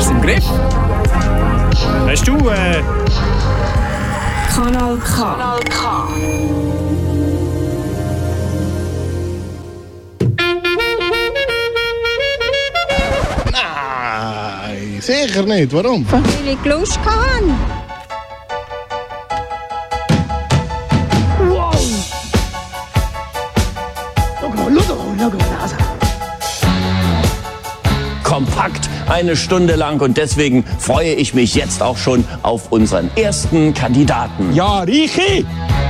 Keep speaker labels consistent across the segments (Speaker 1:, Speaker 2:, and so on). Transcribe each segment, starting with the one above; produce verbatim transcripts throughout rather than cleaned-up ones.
Speaker 1: Hast du es im Griff?
Speaker 2: Hast du, äh...
Speaker 3: Kanal K. Kanal K.
Speaker 4: Nein, sicher nicht. Warum?
Speaker 5: Weil ich Lust habe.
Speaker 6: Wow! Schau mal, schau mal, schau mal, also.
Speaker 7: Kompakt eine Stunde lang und deswegen freue ich mich jetzt auch schon auf unseren ersten Kandidaten.
Speaker 4: Ja, Richi!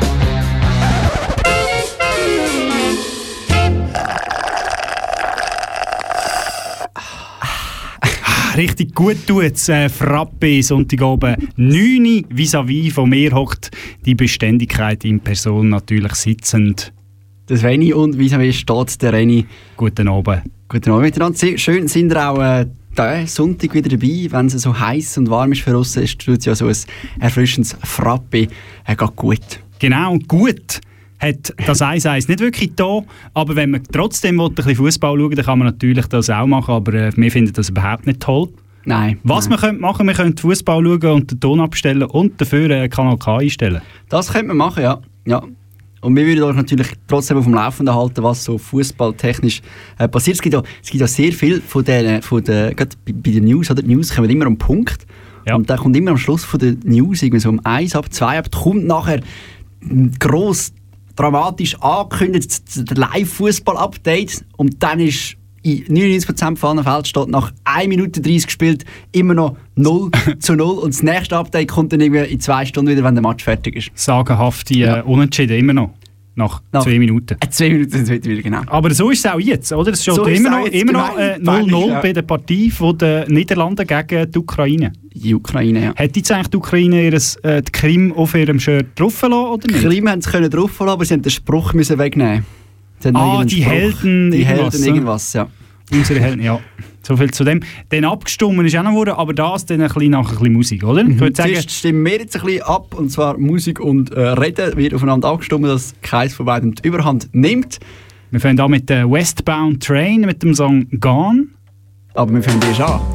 Speaker 2: Richtig gut tut's, äh, Frappe, Sonntagabend neun Uhr, vis-à-vis von mir hockt die Beständigkeit in Person natürlich sitzend.
Speaker 1: Das Reni und vis-à-vis steht der Reni.
Speaker 2: Guten Abend.
Speaker 1: Guten Abend miteinander. Schön sind ihr auch äh, diesen Sonntag wieder dabei. Wenn es so heiß und warm ist für uns, ist es ja so ein erfrischendes Frappe. Er geht gut.
Speaker 2: Genau, gut. Hat das eins eins nicht wirklich da, aber wenn man trotzdem will, ein bisschen Fußball schauen will, dann kann man natürlich das auch machen, aber äh, wir finden das überhaupt nicht toll.
Speaker 1: Nein.
Speaker 2: Was
Speaker 1: nein.
Speaker 2: wir können machen, wir können Fußball schauen und den Ton abstellen und dafür äh, Kanal K einstellen.
Speaker 1: Das könnte man machen, ja. ja. Und wir würden euch natürlich trotzdem auf dem Laufenden halten, was so fußballtechnisch äh, passiert. Es gibt ja, es gibt ja sehr viel von den, von den gerade bei, bei den News, oder? Die News kommen immer am Punkt. Ja. Und dann kommt immer am Schluss von der News irgendwie so um eins ab, zwei ab, kommt nachher gross dramatisch angekündigt, der Live-Fußball-Update und dann ist in neunundneunzig Prozent von allen Fällen steht nach eine Minute dreißig gespielt immer noch null zu null und das nächste Update kommt dann irgendwie in zwei Stunden wieder, wenn der Match fertig ist.
Speaker 2: Sagenhafte
Speaker 1: ja.
Speaker 2: äh, Unentschieden immer noch. Nach, nach zwei Minuten.
Speaker 1: Äh, zwei Minuten sind wieder, genau.
Speaker 2: Aber so ist es auch jetzt, oder? Es steht
Speaker 1: so
Speaker 2: immer noch, immer noch äh, null null
Speaker 1: ja.
Speaker 2: bei der Partie von den Niederlanden gegen die Ukraine.
Speaker 1: Die Ukraine, ja.
Speaker 2: Hat jetzt eigentlich die Ukraine ihres, äh, die Krim auf ihrem Shirt drauf lassen, oder nicht?
Speaker 1: Die Krim haben es drauf lassen, aber sie haben den Spruch müssen wegnehmen.
Speaker 2: Ah, die Spruch. Helden
Speaker 1: Die
Speaker 2: irgendwas.
Speaker 1: Helden irgendwas, ja.
Speaker 2: Unsere Helden, ja. So viel zu dem. Dann abgestimmt ist auch noch geworden, aber das dann ein bisschen nach ein bisschen Musik, oder?
Speaker 1: Mhm.
Speaker 2: Ich würde sagen,
Speaker 1: zuerst stimmen wir jetzt ein bisschen ab, und zwar Musik und äh, Reden wird aufeinander abgestimmt, dass keins von beiden die Überhand nimmt.
Speaker 2: Wir fangen an mit der Westbound Train, mit dem Song Gone.
Speaker 1: Aber wir fangen erst an.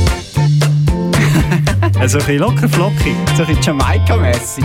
Speaker 2: Also ein bisschen locker flockig.
Speaker 1: So ein bisschen Jamaika-mässig.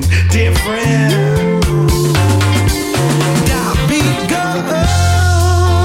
Speaker 8: Different. I'll be gone.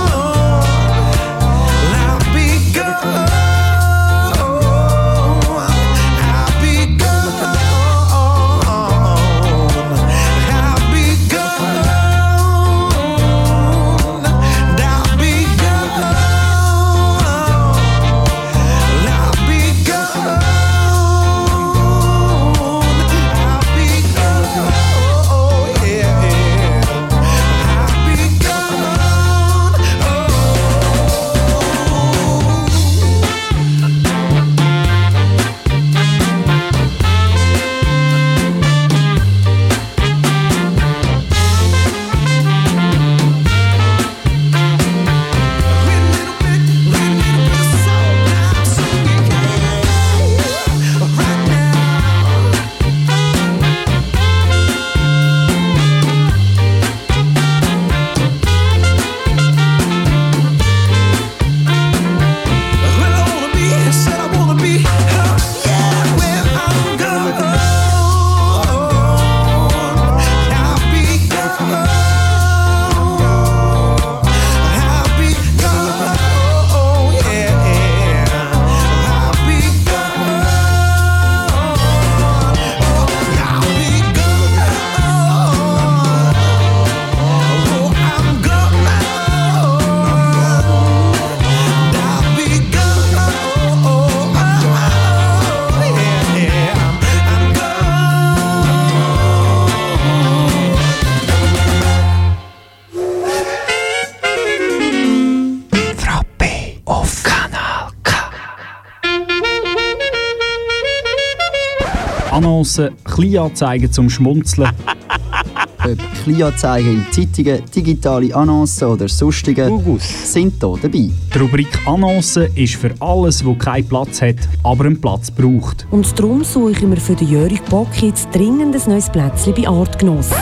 Speaker 2: Annoncen, Kleinanzeigen zum Schmunzeln.
Speaker 1: Ob Kleinanzeigen in Zeitungen, digitale Annoncen oder sonstige sind hier dabei.
Speaker 2: Die Rubrik Annoncen ist für alles, wo keinen Platz hat, aber einen Platz braucht.
Speaker 3: Und darum suche ich mir für den Jörg Bock jetzt dringend ein neues Plätzchen bei Artgenossen.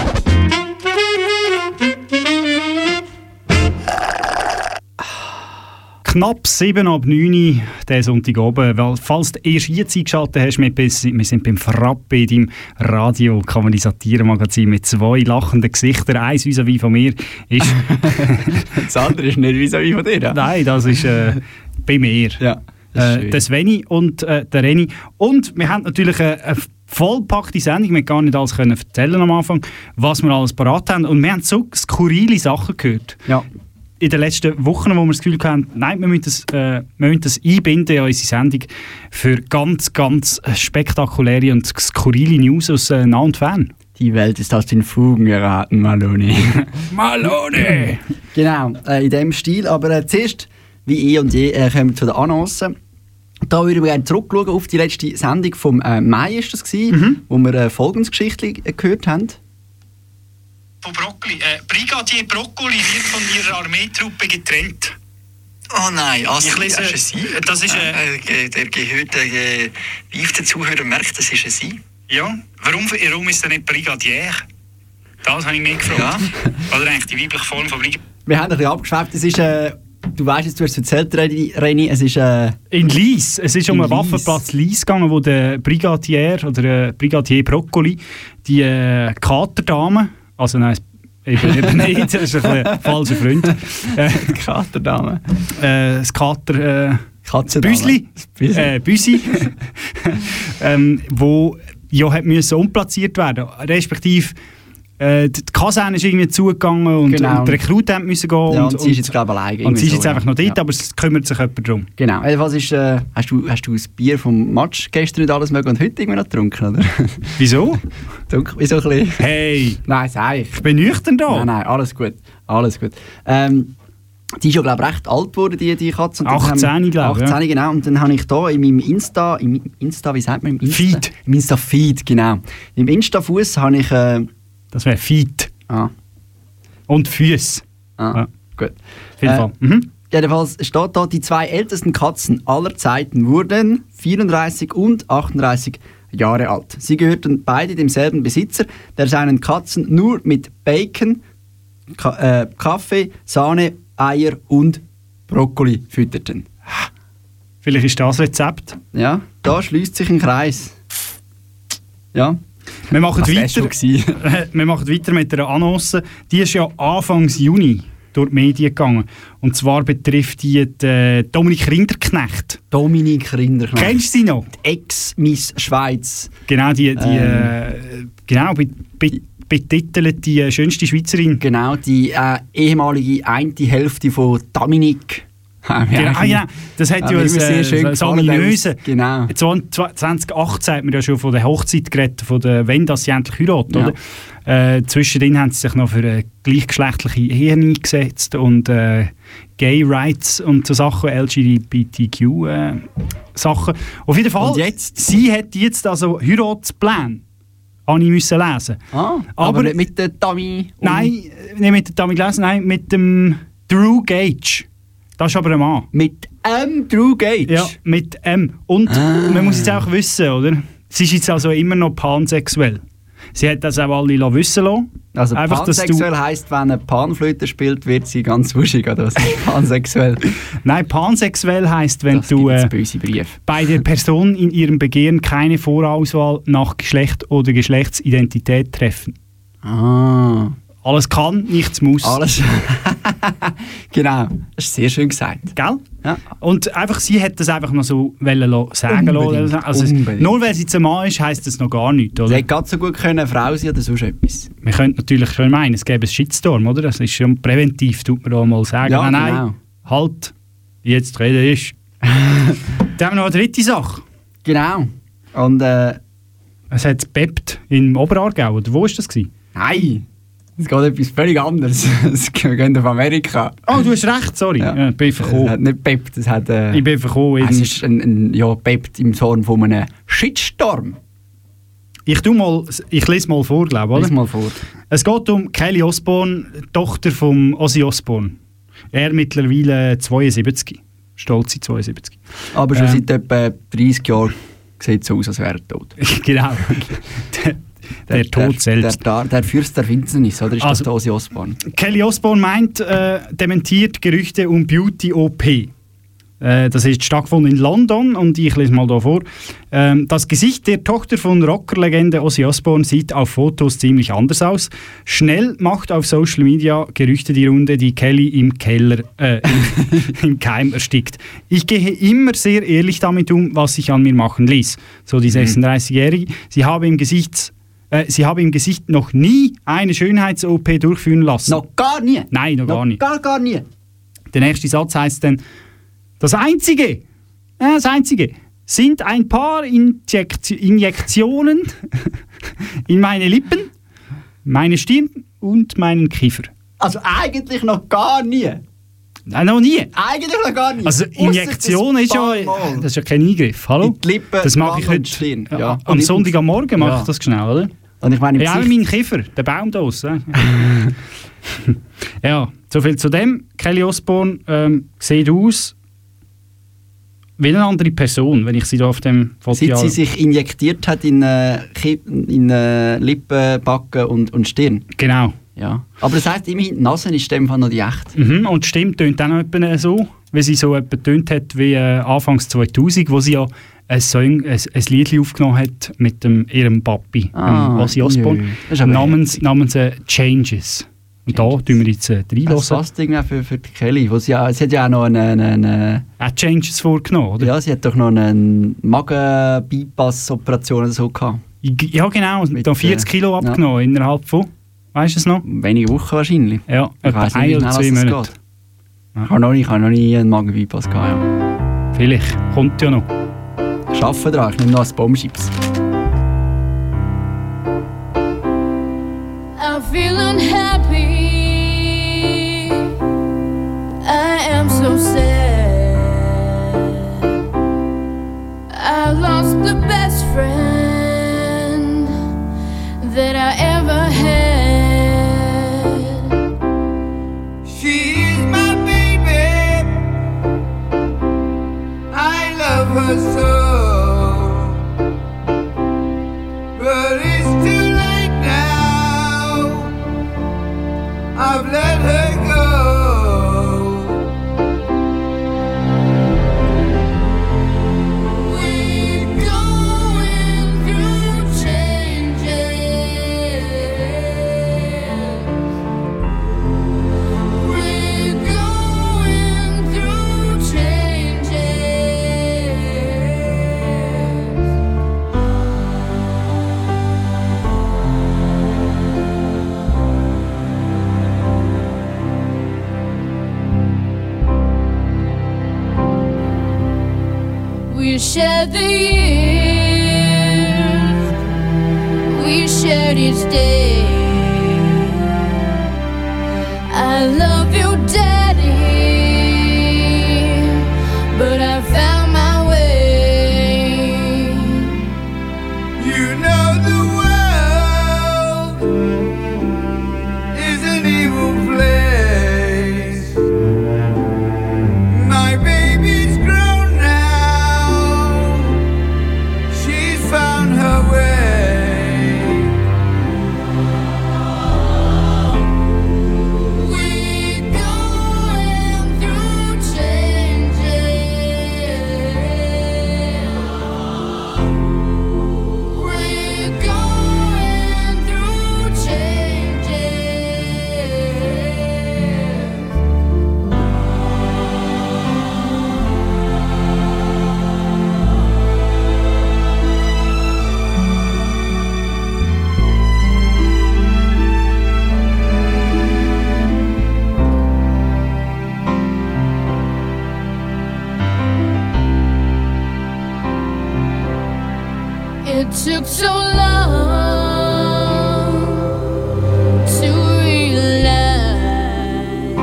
Speaker 2: Knapp sieben ab neun der Sonntag oben. Weil, falls du erst jetzt eingeschaltet hast, wir sind beim Frappe, deinem Radio-Kann-man-die-Satire-Magazin mit zwei lachenden Gesichtern. Eins vis-à-vis von mir ist...
Speaker 1: Das andere ist nicht vis-à-vis von dir, ja?
Speaker 2: Nein, das ist äh, bei mir.
Speaker 1: Ja,
Speaker 2: das äh, der Sveni und äh, der Reni. Und wir haben natürlich eine, eine vollpackte Sendung. Wir können gar nicht alles können erzählen am Anfang, was wir alles parat haben. Und wir haben so skurrile Sachen gehört.
Speaker 1: Ja.
Speaker 2: In den letzten Wochen, wo wir das Gefühl hatten, nein, wir müssen das, äh, wir müssen das einbinden in unsere Sendung für ganz, ganz spektakuläre und skurrile News aus äh, nah und fern.
Speaker 1: Die Welt ist aus den Fugen geraten, Malone.
Speaker 2: Malone!
Speaker 1: Genau, äh, in diesem Stil. Aber äh, zuerst, wie eh und je, äh, kommen wir zu den Annoncen. Da würden wir gerne zurückschauen auf die letzte Sendung vom äh, Mai, ist das gewesen, mhm. wo wir äh, folgendes Geschichtli äh, gehört haben.
Speaker 2: Von Brokkoli. Äh, Brigadier Brokkoli wird von ihrer Armeetruppe getrennt.
Speaker 8: Oh nein, also
Speaker 2: ich lese,
Speaker 8: das ist ein Sie.
Speaker 2: Das ist,
Speaker 8: äh, äh, der gehörte äh, gewiefte Zuhörer merkt, das ist ein Sie.
Speaker 2: Ja, warum, warum ist er nicht Brigadier? Das habe ich mich gefragt. Ja. Oder eigentlich die weibliche Form von Brigadier.
Speaker 1: Wir haben ein bisschen abgeschweift. Es ist, äh, du weißt jetzt, du hast es erzählt, Reni, es ist... Äh,
Speaker 2: in Lies. Es ist um einen Waffenplatz Lies gegangen, wo der Brigadier oder äh, Brigadier Brokkoli die äh, Katerdame, also nein, eben, eben nicht, das ist ein, ein falscher Freund. Äh,
Speaker 1: die Katerdame.
Speaker 2: Äh, das Kater... Äh,
Speaker 1: Katzendame.
Speaker 2: Büsli.
Speaker 1: Büsli.
Speaker 2: Äh, Büsi. ähm, wo ja hat müssen umplatziert werden, respektive äh, die Kaserne ist irgendwie zugegangen und,
Speaker 1: genau.
Speaker 2: und die Rekruten mussten gehen.
Speaker 1: Ja,
Speaker 2: und,
Speaker 1: und sie ist jetzt glaube ich alleine.
Speaker 2: Und sie ist jetzt
Speaker 1: so,
Speaker 2: einfach
Speaker 1: ja.
Speaker 2: noch dort,
Speaker 1: ja.
Speaker 2: aber es kümmert sich jemand darum.
Speaker 1: Genau. Was ist, äh, hast, du, hast du das Bier vom Match gestern nicht alles mögen und heute irgendwie noch getrunken, oder?
Speaker 2: Wieso?
Speaker 1: Dunkel, wieso ein bisschen?
Speaker 2: Hey!
Speaker 1: Nein, sag ich.
Speaker 2: Ich bin nüchtern da.
Speaker 1: Nein, nein, alles gut. Alles gut. Ähm, die ist ja, glaube ich, recht alt geworden, die, die Katze. Und
Speaker 2: achtzehn, glaube ich.
Speaker 1: achtzehn, ja. Genau. Und dann habe ich da in meinem Insta, in meinem Insta, wie sagt man? Im Insta?
Speaker 2: Feed.
Speaker 1: Im Insta-Feed, genau. Im Insta-Fuß habe ich... Äh,
Speaker 2: das wäre Feed.
Speaker 1: Ah.
Speaker 2: Und Füße.
Speaker 1: Ah, ja. Gut.
Speaker 2: Auf jeden
Speaker 1: äh,
Speaker 2: Fall. Mhm.
Speaker 1: Jedenfalls steht da, die zwei ältesten Katzen aller Zeiten wurden vierunddreißig und achtunddreißig Jahre alt. Sie gehörten beide demselben Besitzer, der seinen Katzen nur mit Bacon, Ka- äh, Kaffee, Sahne, Eier und Brokkoli fütterten.
Speaker 2: Vielleicht ist das Rezept.
Speaker 1: Ja, da schließt sich ein Kreis. Ja.
Speaker 2: Wir machen,
Speaker 1: das
Speaker 2: weiter, wir machen weiter mit einer Annonce. Die ist ja Anfang Juni durch die Medien gegangen. Und zwar betrifft die, die Dominik Rinderknecht.
Speaker 1: Dominik Rinderknecht.
Speaker 2: Kennst du sie noch?
Speaker 1: Die Ex-Miss Schweiz.
Speaker 2: Genau, die, die
Speaker 1: ähm.
Speaker 2: äh, genau, be, be, betitelt die schönste Schweizerin.
Speaker 1: Genau, die äh, ehemalige eine Hälfte von Dominik.
Speaker 2: Genau, ja, das hat ja, ja
Speaker 1: sehr schön
Speaker 2: das ominöse.
Speaker 1: Genau.
Speaker 2: zwanzig achtzehn hat man ja schon von der Hochzeit geredet, von der, wenn das sie endlich heiraten, ja. Oder? Äh, zwischendrin haben sie sich noch für äh, gleichgeschlechtliche Ehen eingesetzt und äh, Gay Rights und so Sachen, L G B T Q äh, Sachen. Auf jeden Fall,
Speaker 1: und jetzt?
Speaker 2: Sie hat jetzt also Heiratspläne. Habe ich müssen lesen.
Speaker 1: Ah, aber, aber nicht mit der Dami?
Speaker 2: Nein, nicht mit der Dami gelesen, nein, mit dem Drew Gage. Das ist aber ein Mann.
Speaker 1: Mit M. Drew Gage?
Speaker 2: Ja, mit M. Und ah. man muss jetzt auch wissen, oder? Sie ist jetzt also immer noch pansexuell. Sie hat das auch alle wissen lassen.
Speaker 1: Also
Speaker 2: einfach,
Speaker 1: pansexuell du... heisst, wenn eine Panflöte spielt, wird sie ganz wuschig, oder was ist pansexuell?
Speaker 2: Nein, pansexuell heisst, wenn
Speaker 1: das
Speaker 2: du äh,
Speaker 1: böse Brief.
Speaker 2: bei der Person in ihrem Begehren keine Vorauswahl nach Geschlecht oder Geschlechtsidentität treffen.
Speaker 1: Ah.
Speaker 2: Alles kann, nichts muss.
Speaker 1: Alles. Genau, das ist sehr schön gesagt.
Speaker 2: Gell?
Speaker 1: Ja.
Speaker 2: Und einfach, sie hat das einfach noch so wollen sagen lassen. Also nur weil sie jetzt ein Mann ist, heisst das noch gar nichts, oder?
Speaker 1: Sie hätte gerade so gut können eine Frau sein oder sonst etwas.
Speaker 2: Man könnte natürlich schon meinen, es gäbe einen Shitstorm, oder? Das ist schon präventiv, tut man da mal sagen.
Speaker 1: Ja,
Speaker 2: nein,
Speaker 1: genau.
Speaker 2: nein, halt, jetzt reden ist. Dann haben wir noch eine dritte Sache.
Speaker 1: Genau. Und äh,
Speaker 2: es hat bebt im Oberaargau, oder wo war das gewesen?
Speaker 1: Nein. Es geht etwas völlig anderes. Wir gehen auf Amerika.
Speaker 2: Oh, du hast recht, sorry.
Speaker 1: Ja.
Speaker 2: Ja, ich bin verkommen.
Speaker 1: Es hat nicht bebt, es hat... Äh,
Speaker 2: ich bin verkommen.
Speaker 1: Es ist ein, ein, ja, bebt im Form von einem Shitstorm.
Speaker 2: Ich, tu mal, ich lese mal vor, glaube ich.
Speaker 1: Lies mal vor.
Speaker 2: Es geht um Kelly Osbourne, Tochter von Ozzy Osbourne. Er mittlerweile zweiundsiebzig. Stolze zweiundsiebzig.
Speaker 1: Aber schon
Speaker 2: Ähm.
Speaker 1: seit etwa dreißig Jahren sieht es so aus, als wäre er tot.
Speaker 2: Genau. der, der Tod selbst.
Speaker 1: Der, der, der Fürst der Finsternis, oder ist
Speaker 2: Also-
Speaker 1: das der Ozzy Osbourne?
Speaker 2: Kelly Osbourne meint, äh, dementiert Gerüchte um Beauty-O P. Äh, das ist stattgefunden in London und ich lese mal da vor. Ähm, das Gesicht der Tochter von Rockerlegende Ozzy Osbourne sieht auf Fotos ziemlich anders aus. Schnell macht auf Social Media Gerüchte die Runde, die Kelly im Keller, äh, im, im Keim erstickt. Ich gehe immer sehr ehrlich damit um, was ich an mir machen ließ. So die sechsunddreißigjährige. Sie habe im Gesicht äh, Sie habe im Gesicht noch nie eine Schönheits-O P durchführen lassen.
Speaker 1: Noch gar nie?
Speaker 2: Nein, noch,
Speaker 1: Noch
Speaker 2: gar nicht.
Speaker 1: Gar, gar nie?
Speaker 2: Der nächste Satz heißt dann: Das Einzige, äh, das Einzige sind ein paar Injekt Injektionen in meine Lippen, meine Stirn und meinen Kiefer.
Speaker 1: Also eigentlich noch gar nie?
Speaker 2: Nein, noch nie.
Speaker 1: Eigentlich noch gar nie?
Speaker 2: Also
Speaker 1: Ausser
Speaker 2: Injektion
Speaker 1: das
Speaker 2: ist ja,
Speaker 1: paar Mal.
Speaker 2: das ist ja kein Eingriff. Hallo?
Speaker 1: In die Lippen,
Speaker 2: das mache ich
Speaker 1: Wangen und
Speaker 2: heute.
Speaker 1: Stirn.
Speaker 2: Ja,
Speaker 1: Ja.
Speaker 2: am
Speaker 1: Und
Speaker 2: Sonntag am Morgen mache
Speaker 1: Ja.
Speaker 2: ich das schnell, oder?
Speaker 1: Und ich meine, im
Speaker 2: Ja, auch
Speaker 1: Gesicht-
Speaker 2: mein Kiefer, der Baum da aussen. Ja, soviel zu dem. Kelly Osbourne ähm, sieht aus wie eine andere Person, wenn ich sie da auf dem Foto
Speaker 1: Seit sie
Speaker 2: anschaue.
Speaker 1: sich injektiert hat in, äh, Ki- in äh, Lippen, Backen und, und Stirn.
Speaker 2: Genau.
Speaker 1: Ja. Aber das heisst immerhin, die Nase ist in dem Fall noch die echte.
Speaker 2: Mhm, und die Stimme tönt auch noch etwa so, wie sie so etwa tönt hat wie äh, Anfangs zweitausend, wo sie ja ein, Song, ein, ein Lied aufgenommen hat mit dem, ihrem Papi,
Speaker 1: Ah,
Speaker 2: ähm, Ozzy Osbourne,
Speaker 1: jö. Das ist aber
Speaker 2: namens,
Speaker 1: herzig.
Speaker 2: namens äh, «Changes». Und da tun wir jetzt äh,
Speaker 1: Das
Speaker 2: reinhören.
Speaker 1: passt irgendwie für, für die Kelly. Wo sie, ja, sie hat ja auch noch eine, eine, eine
Speaker 2: Auch «Changes» vorgenommen, oder?
Speaker 1: ja, sie hat doch noch eine Magen-Bypass-Operation oder so gehabt.
Speaker 2: Ja, genau. Und
Speaker 1: Mit,
Speaker 2: da vierzig
Speaker 1: äh,
Speaker 2: Kilo abgenommen innerhalb von, weißt du es noch?
Speaker 1: Wenige Wochen wahrscheinlich.
Speaker 2: Ja,
Speaker 1: Ich
Speaker 2: etwa
Speaker 1: weiss nicht,
Speaker 2: ein
Speaker 1: wie
Speaker 2: oder
Speaker 1: schnell
Speaker 2: zwei
Speaker 1: das
Speaker 2: Monate.
Speaker 1: geht. Ich habe noch nie, ich habe noch nie einen Magen-Bypass gehabt. Ja.
Speaker 2: Vielleicht. Kommt ja noch.
Speaker 1: Ich arbeite dran, ich nehme noch ein Baumchips.
Speaker 9: I feel unhappy. I am so sad. I lost the best friend that I ever had.
Speaker 10: She is my baby. I love her so. But it's too late now. I've let her go. We're going through changes. We're going through changes. We shared the years, we shared each day. I love you, Daddy, but I found my way. You know the world is an evil place. My baby's grown now. She's found her way. We're going through changes. We're going through changes. It took so long to realize,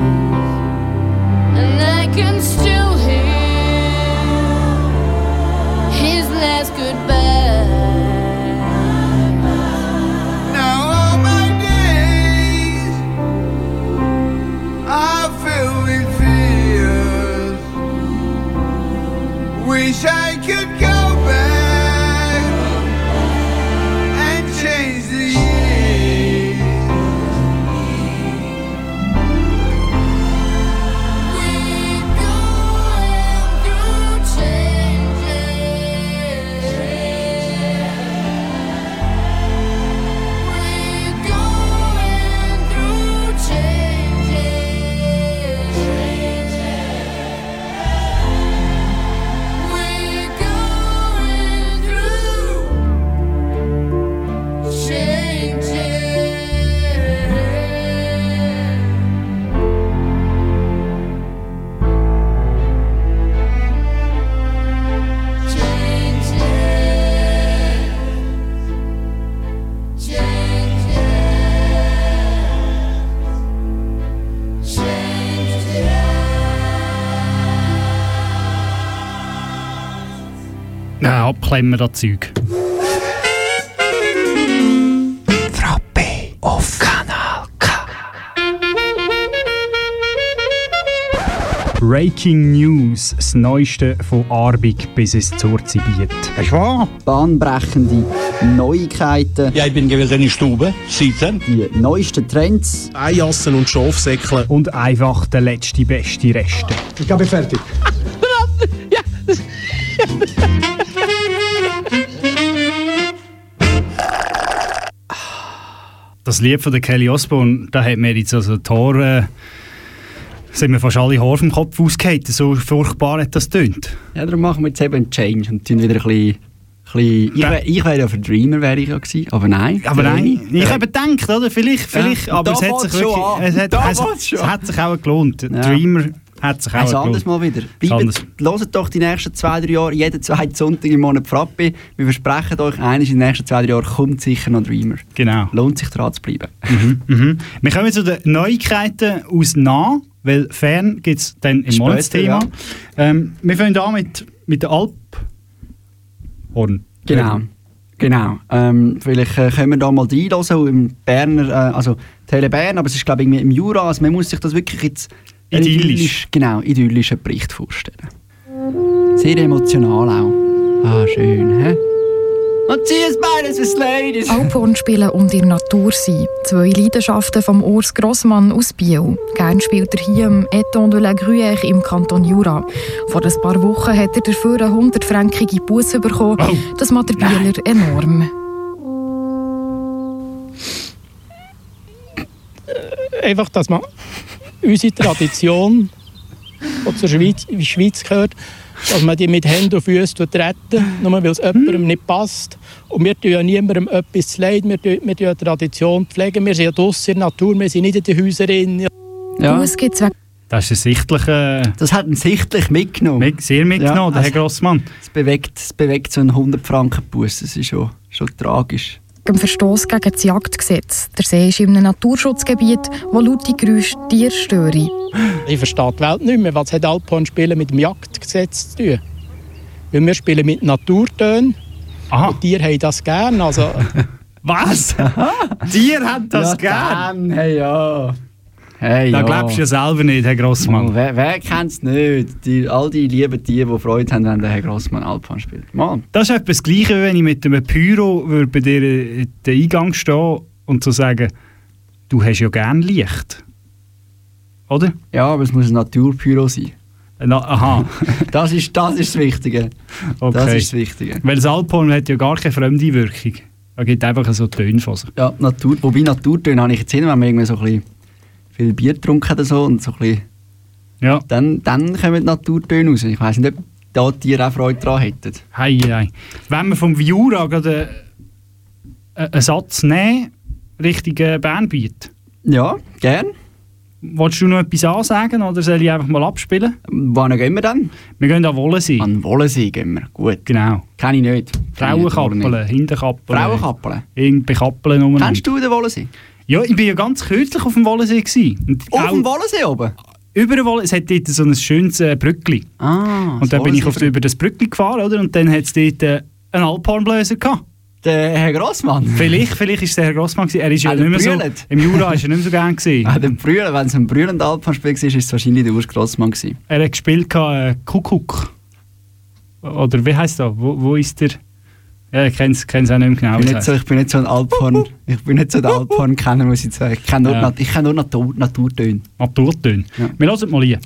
Speaker 10: and I can still hear his last goodbye.
Speaker 11: wish I could go back and change the years.
Speaker 9: We're going through changes. We're going through changes. We're going through
Speaker 2: Ja, abklemmen das Zeug.
Speaker 11: Frappe auf Kanal K.
Speaker 2: Breaking News, das Neueste von Arbig bis ins Zurzibiet.
Speaker 4: Das ist wahr.
Speaker 1: Bahnbrechende Neuigkeiten,
Speaker 4: Ja, ich bin gewesen in der Stube, sitzen.
Speaker 1: die neuesten Trends.
Speaker 12: Einjassen und Schafsäckeln.
Speaker 2: Und einfach der letzte beste Reste.
Speaker 12: Ich bin fertig.
Speaker 2: Das Lied von der Kelly Osbourne, da hat mir jetzt also die Haare, äh, sind mir fast alle Haare vom Kopf ausgefallen, so furchtbar hat das tönt.
Speaker 1: Ja, darum machen wir jetzt eben einen Change und tun wieder ein bisschen... bisschen ich wäre ich wär ja für Dreamer wäre ich ja gewesen, aber nein.
Speaker 2: Aber nein, ich
Speaker 1: Ja.
Speaker 2: habe gedacht, oder? Vielleicht, vielleicht,
Speaker 1: Ja,
Speaker 2: aber
Speaker 1: da
Speaker 2: es hat, sich
Speaker 1: fängt's schon
Speaker 2: wirklich,
Speaker 1: an.
Speaker 2: es, hat,
Speaker 1: Da
Speaker 2: es,
Speaker 1: fängt's schon
Speaker 2: es
Speaker 1: an.
Speaker 2: hat sich auch gelohnt.
Speaker 1: Ja.
Speaker 2: Dreamer hat sich auch
Speaker 1: Also
Speaker 2: gelohnt.
Speaker 1: anders mal wieder.
Speaker 2: Anders.
Speaker 1: Bleibt, hört doch die nächsten zwei, drei Jahre, jeden zweiten Sonntag im Monat Frappe. Wir versprechen euch, eines in den nächsten zwei, drei Jahren kommt sicher noch Dreamer.
Speaker 2: Genau.
Speaker 1: Lohnt sich dran zu bleiben.
Speaker 2: Mhm, mhm. Wir kommen zu den Neuigkeiten aus nah, weil fern gibt es dann im
Speaker 1: Später,
Speaker 2: Monatsthema.
Speaker 1: ja.
Speaker 2: Ähm, wir fangen an mit, mit der Alphorn.
Speaker 1: Genau. Genau. Ähm, vielleicht äh, können wir da mal reinhören im Berner, äh, also Tele Bern, aber es ist glaube ich im Jura, also man muss sich das wirklich jetzt
Speaker 2: Idyllisch.
Speaker 1: Genau, idyllischen Bericht vorstellen. Sehr emotional auch. Ah, schön, hä? Und sie ist beides für Ladies.
Speaker 13: Alphorn spielen und in der Natur sein. Zwei Leidenschaften vom Urs Grossmann aus Biel. Gern spielt er hier im Eton de la Gruyère im Kanton Jura. Vor ein paar Wochen hat er dafür eine hundertfränkige Busse bekommen.
Speaker 2: Oh.
Speaker 13: Das macht der Bieler enorm.
Speaker 14: Einfach, dass man unsere Tradition, die zur Schweiz, in die Schweiz gehört, dass man die mit Händen und Füßen retten, nur weil es jemandem nicht passt. Und wir tun ja niemandem etwas zu leid, wir tun, wir tun ja Tradition pflegen. Wir sind ja draussen in der Natur, wir sind nicht in den Häusern.
Speaker 1: Ja.
Speaker 13: Bus gibt's weg.
Speaker 2: Das ist sichtlich, äh,
Speaker 1: Das hat ihn sichtlich mitgenommen.
Speaker 2: sehr mitgenommen,
Speaker 1: Ja,
Speaker 2: der Herr
Speaker 1: also-
Speaker 2: Grossmann.
Speaker 1: Es bewegt, es bewegt so einen hundert Franken Bus, das ist schon, schon tragisch.
Speaker 13: Im Verstoß gegen das Jagdgesetz. Der See ist in einem Naturschutzgebiet, wo laute Geräusche Tiere stören.
Speaker 14: Ich verstehe die Welt nicht mehr. Was hat Alphorn spielen mit dem Jagdgesetz zu tun? Weil wir spielen mit Naturtönen.
Speaker 2: Aha.
Speaker 14: Und Tiere haben das gerne. Also,
Speaker 2: Was? Tier hat das gern?
Speaker 1: Dann, hey, ja. Hey,
Speaker 2: Da
Speaker 1: ja.
Speaker 2: glaubst du ja selber nicht, Herr Grossmann.
Speaker 1: Mal, wer wer kennt es nicht? Die, all die lieben Tiere, die Freude haben, wenn der Herr Grossmann Alphorn spielt. Mal.
Speaker 2: Das ist etwa das Gleiche, wenn ich mit einem Pyro würde bei dir in den Eingang stehen und zu sagen, du hast ja gern Licht. Oder?
Speaker 1: Ja, aber es muss ein Naturpyro sein.
Speaker 2: Na, aha.
Speaker 1: Das ist, das ist das Wichtige.
Speaker 2: Okay.
Speaker 1: Das ist das Wichtige.
Speaker 2: Weil das Alphorn hat ja gar keine fremde Wirkung. Er gibt einfach so Töne von sich.
Speaker 1: Ja, Natur, wobei Naturtöne habe ich jetzt hin, wenn man irgendwie so ein bisschen viel Bier getrunken oder so und so ein bisschen,
Speaker 2: Ja.
Speaker 1: dann, dann kommen die Naturtöne raus. Ich weiss nicht, ob da die Tiere auch Freude daran hätten.
Speaker 2: Hei, hei. Wenn wir vom Jura gerade einen, einen Satz nehmen, Richtung äh, Bernbiet.
Speaker 1: Ja, gern.
Speaker 2: Wolltest du noch etwas ansagen oder soll ich einfach mal abspielen?
Speaker 1: Wann gehen wir dann?
Speaker 2: Wir gehen an Wollensee.
Speaker 1: An Wollensee gehen wir. Gut.
Speaker 2: Genau.
Speaker 1: Kenn ich nicht.
Speaker 2: Frauenkappeln, Hinterkappeln.
Speaker 1: Frauenkappeln?
Speaker 2: Irgendwie Kappeln umeinander.
Speaker 1: Kennst du den Wollensee?
Speaker 2: Ja, ich war ja ganz kürzlich auf dem Wollensee. gewesen. Und
Speaker 1: Auf
Speaker 2: auch
Speaker 1: dem Wollensee oben?
Speaker 2: über den Wollensee. Es hat dort so ein schönes äh, Brückli.
Speaker 1: Ah,
Speaker 2: Und dann bin ich auf, über das Brückli gefahren, oder? Und dann hat es dort äh, einen Alphornbläser gehabt.
Speaker 1: Der Herr Grossmann?
Speaker 2: Vielleicht, vielleicht war es der Herr Grossmann gewesen. Er ist ja
Speaker 1: Ah,
Speaker 2: nicht mehr so...
Speaker 1: brüllt.
Speaker 2: Im Jura war er nicht mehr so gern gewesen.
Speaker 1: Ah, der Brüller, wenn es ein brüllender Alphorn-Spiel war, war es wahrscheinlich der Urs Grossmann gewesen.
Speaker 2: Er hat gespielt äh, Kuckuck. Oder wie heisst das? Wo, wo ist der? Ja, ich kenne es auch nicht mehr genau.
Speaker 1: Ich bin nicht so, ich bin nicht so ein Alphorn, ich bin nicht so der Alphorn-Kenner, muss ich sagen. Ich kenne nur,
Speaker 2: Ja.
Speaker 1: Nat- ich kenne nur Natur, Naturtöne.
Speaker 2: Naturtöne.
Speaker 1: Ja.
Speaker 2: Wir hören mal hier.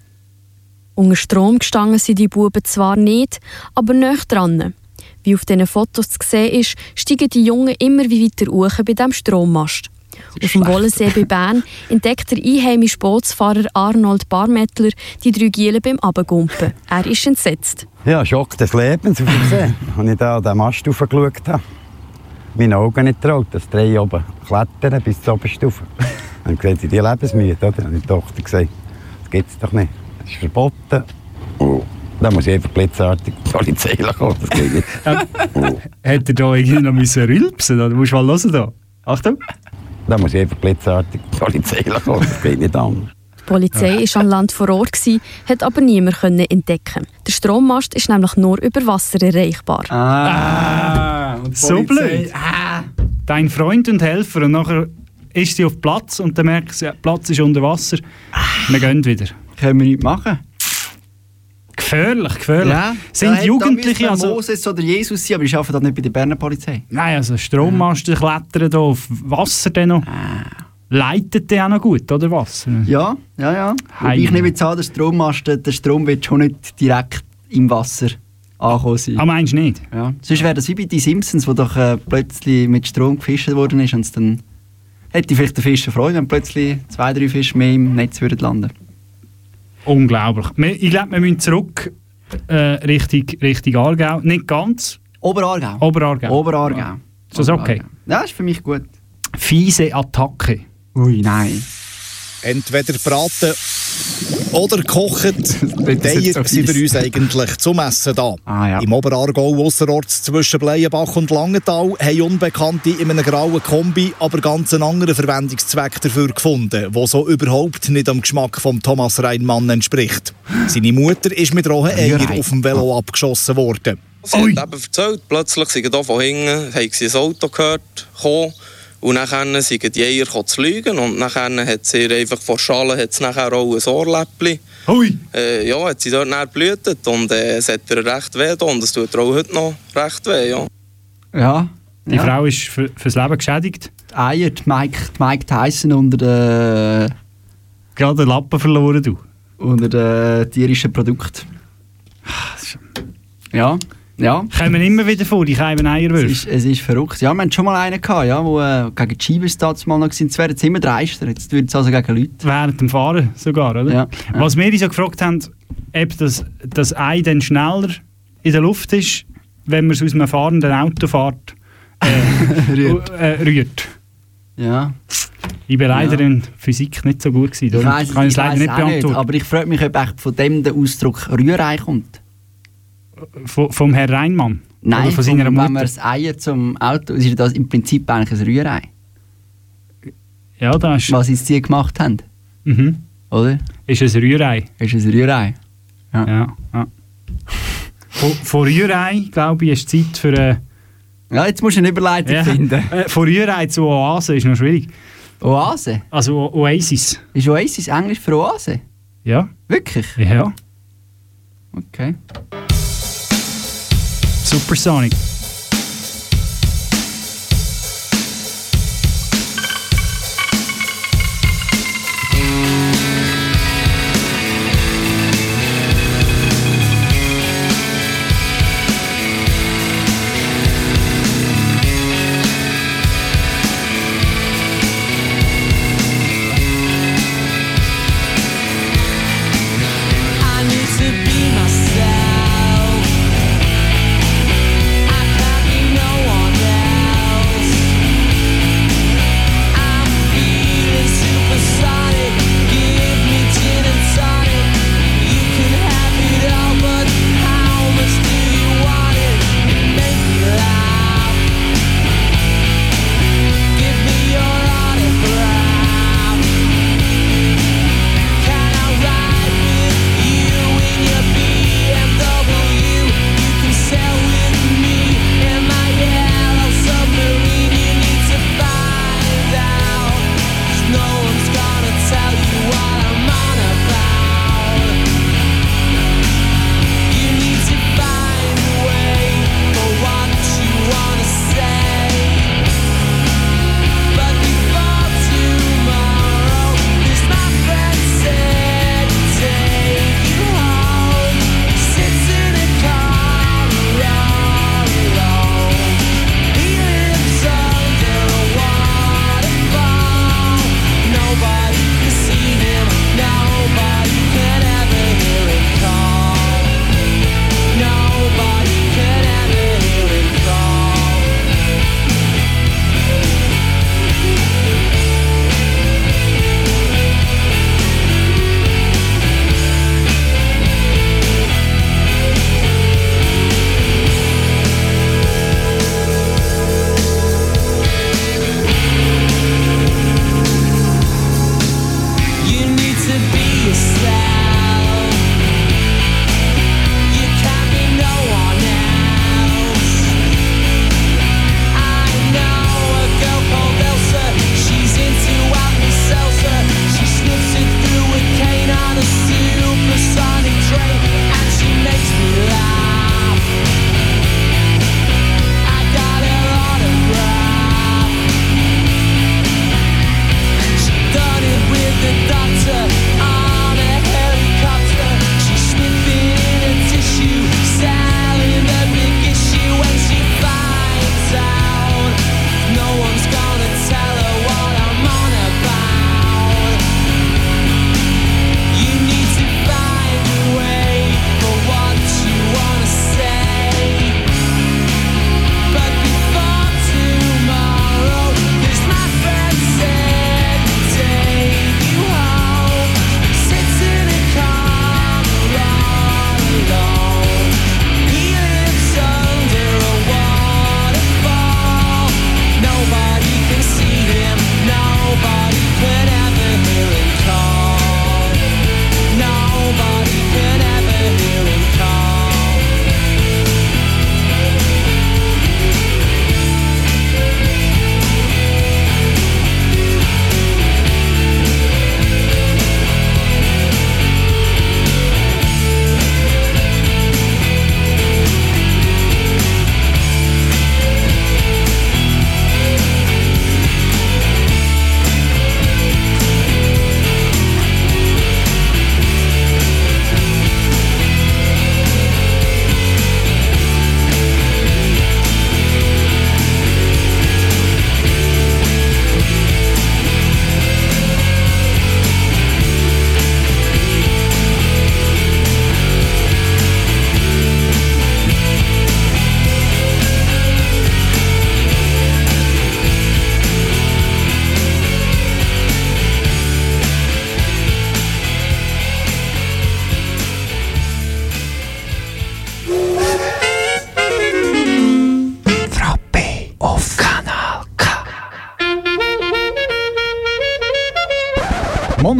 Speaker 15: Unter Strom gestanden sind die Buben zwar nicht, aber näher dran. Wie auf diesen Fotos zu sehen ist, steigen die Jungen immer wie weiter hoch bei diesem Strommast. Auf dem Wollensee bei Bern entdeckt der einheimische Bootsfahrer Arnold Barmettler die drei Gielen beim Abgumpen. Er ist entsetzt.
Speaker 16: Ja, Schock des Lebens, auf dem See. Als ich da an den Mast hochgeschaut habe. Meine Augen nicht traut, dass drei oben klettern bis zur obersten Stufe. Dann gesagt, sind die lebensmüde, oder? Dann habe die Tochter gesagt, das gibt es doch nicht. Das ist verboten. Oh. Da muss ich einfach blitzartig die Polizei kommen, das geht nicht. Oh.
Speaker 2: Hätte er da irgendwie noch müssen rülpsen? Oder musst du mal hören da? Achtung.
Speaker 16: Da muss ich einfach blitzartig die Polizei kommen, das geht nicht anders.
Speaker 15: Die Polizei war an Land vor Ort, hat aber niemand entdecken. Der Strommast ist nämlich nur über Wasser erreichbar.
Speaker 1: Ah, und
Speaker 2: So
Speaker 1: Polizei.
Speaker 2: blöd. Dein Freund und Helfer und nachher ist sie auf Platz und dann merkt sie, ja, Platz ist unter Wasser. Wir gehen wieder.
Speaker 1: Können wir nichts machen?
Speaker 2: Gefährlich, gefährlich.
Speaker 1: Ja,
Speaker 2: Sind
Speaker 1: da hätte-
Speaker 2: Jugendliche,
Speaker 1: da müsste
Speaker 2: also...
Speaker 1: Moses oder Jesus sein, aber ich arbeite das nicht bei der Berner Polizei.
Speaker 2: Nein, also Strommasten klettern da auf Wasser dann noch. Leitet der auch noch gut, oder Wasser?
Speaker 1: Ja, ja, ja.
Speaker 2: Heim.
Speaker 1: Ich nehme jetzt an, der Strommast, der Strom wird schon nicht direkt im Wasser angekommen sein.
Speaker 2: Ah, meinst du nicht?
Speaker 1: Ja. Sonst wäre das wie bei den Simpsons, wo doch äh, plötzlich mit Strom gefischt worden ist und es dann hätte vielleicht der Fischer Freude, wenn plötzlich zwei, drei Fische mehr im Netz würden landen.
Speaker 2: Unglaublich. Wir- Ich glaube, wir müssen zurück äh, Richtung, Richtung Aargau. Nicht ganz.
Speaker 1: Oberargau.
Speaker 2: Oberargau.
Speaker 1: Oberargau.
Speaker 2: Ja. Ist das okay?
Speaker 1: Ja, ist für mich gut.
Speaker 2: Fiese Attacke.
Speaker 1: Ui, nein.
Speaker 17: Entweder braten oder kochen. Die
Speaker 1: jetzt
Speaker 17: Eier
Speaker 1: so
Speaker 17: sind
Speaker 1: fies.
Speaker 17: für uns eigentlich zum Essen da.
Speaker 1: Ah, ja.
Speaker 17: Im Oberaargau, ausserorts zwischen Bleienbach und Langenthal, haben Unbekannte in einem grauen Kombi aber ganz einen anderen Verwendungszweck dafür gefunden, der so überhaupt nicht am Geschmack von Thomas Reinmann entspricht. Seine Mutter ist mit rohen Eiern auf dem Velo abgeschossen worden.
Speaker 18: Sie hat eben erzählt, plötzlich sind hier von hinten, haben sie ein Auto gehört, gekommen, und dann sind die Eier gekommen zu lügen und dann hat sie ihr einfach vor Schalen hat sie nachher auch ein Ohrläppchen.
Speaker 2: Hui!
Speaker 18: Äh, ja, hat sie dort dann geblutet und äh, es hat ihr recht weh da und es tut ihr auch heute noch recht weh, ja.
Speaker 1: Ja.
Speaker 2: Die
Speaker 1: ja.
Speaker 2: Frau ist für, fürs Leben geschädigt.
Speaker 1: Die Eier, die Mike, die Mike Tyson unter den...
Speaker 2: Gerade den Lappen verloren, du.
Speaker 1: Unter den tierischen Produkten. Ja, ja.
Speaker 2: Kommen immer wieder vor, die kleinen Eierwürfe.
Speaker 1: Es ist, es ist verrückt. Ja, wir hatten schon mal einen gehabt, ja, wo äh, gegen die Schiebers damals mal noch waren. Jetzt werden es immer dreister. Jetzt wird es also gegen Leute.
Speaker 2: Während dem Fahren sogar, oder?
Speaker 1: Ja.
Speaker 2: Was wir uns so gefragt haben, ob das, das Ei dann schneller in der Luft ist, wenn man es aus einem fahrenden Auto fährt, äh,
Speaker 1: Rührt.
Speaker 2: Äh, rührt.
Speaker 1: Ja.
Speaker 2: Ich bin leider
Speaker 1: Ja.
Speaker 2: in Physik nicht so gut gewesen.
Speaker 1: Ich
Speaker 2: darum
Speaker 1: weiss es
Speaker 2: kann ich es
Speaker 1: ich
Speaker 2: leider
Speaker 1: weiss
Speaker 2: nicht
Speaker 1: auch nicht,
Speaker 2: beantworten.
Speaker 1: aber ich frage mich, ob echt von dem der Ausdruck Rührei kommt.
Speaker 2: Von, vom Herrn Reinmann?
Speaker 1: Nein,
Speaker 2: Oder von seiner
Speaker 1: vom,
Speaker 2: Mutter?
Speaker 1: wenn man das Eier zum Auto... Ist das im Prinzip eigentlich ein Rührei.
Speaker 2: Ja, das ist...
Speaker 1: Was jetzt die gemacht haben.
Speaker 2: Mhm.
Speaker 1: Oder?
Speaker 2: Ist ein Rührei.
Speaker 1: Ist ein Rührei. Ja.
Speaker 2: Ja, ja. Von, von Rührei, glaube ich, ist Zeit für... Äh,
Speaker 1: ja, jetzt musst du eine Überleitung
Speaker 2: ja.
Speaker 1: finden.
Speaker 2: Äh, von Rührei zu Oase ist noch schwierig.
Speaker 1: Oase?
Speaker 2: Also o Oasis.
Speaker 1: Ist Oasis Englisch für Oase?
Speaker 2: Ja.
Speaker 1: Wirklich?
Speaker 2: Ja.
Speaker 1: Okay.
Speaker 2: Supersonic.
Speaker 9: I need to be myself. I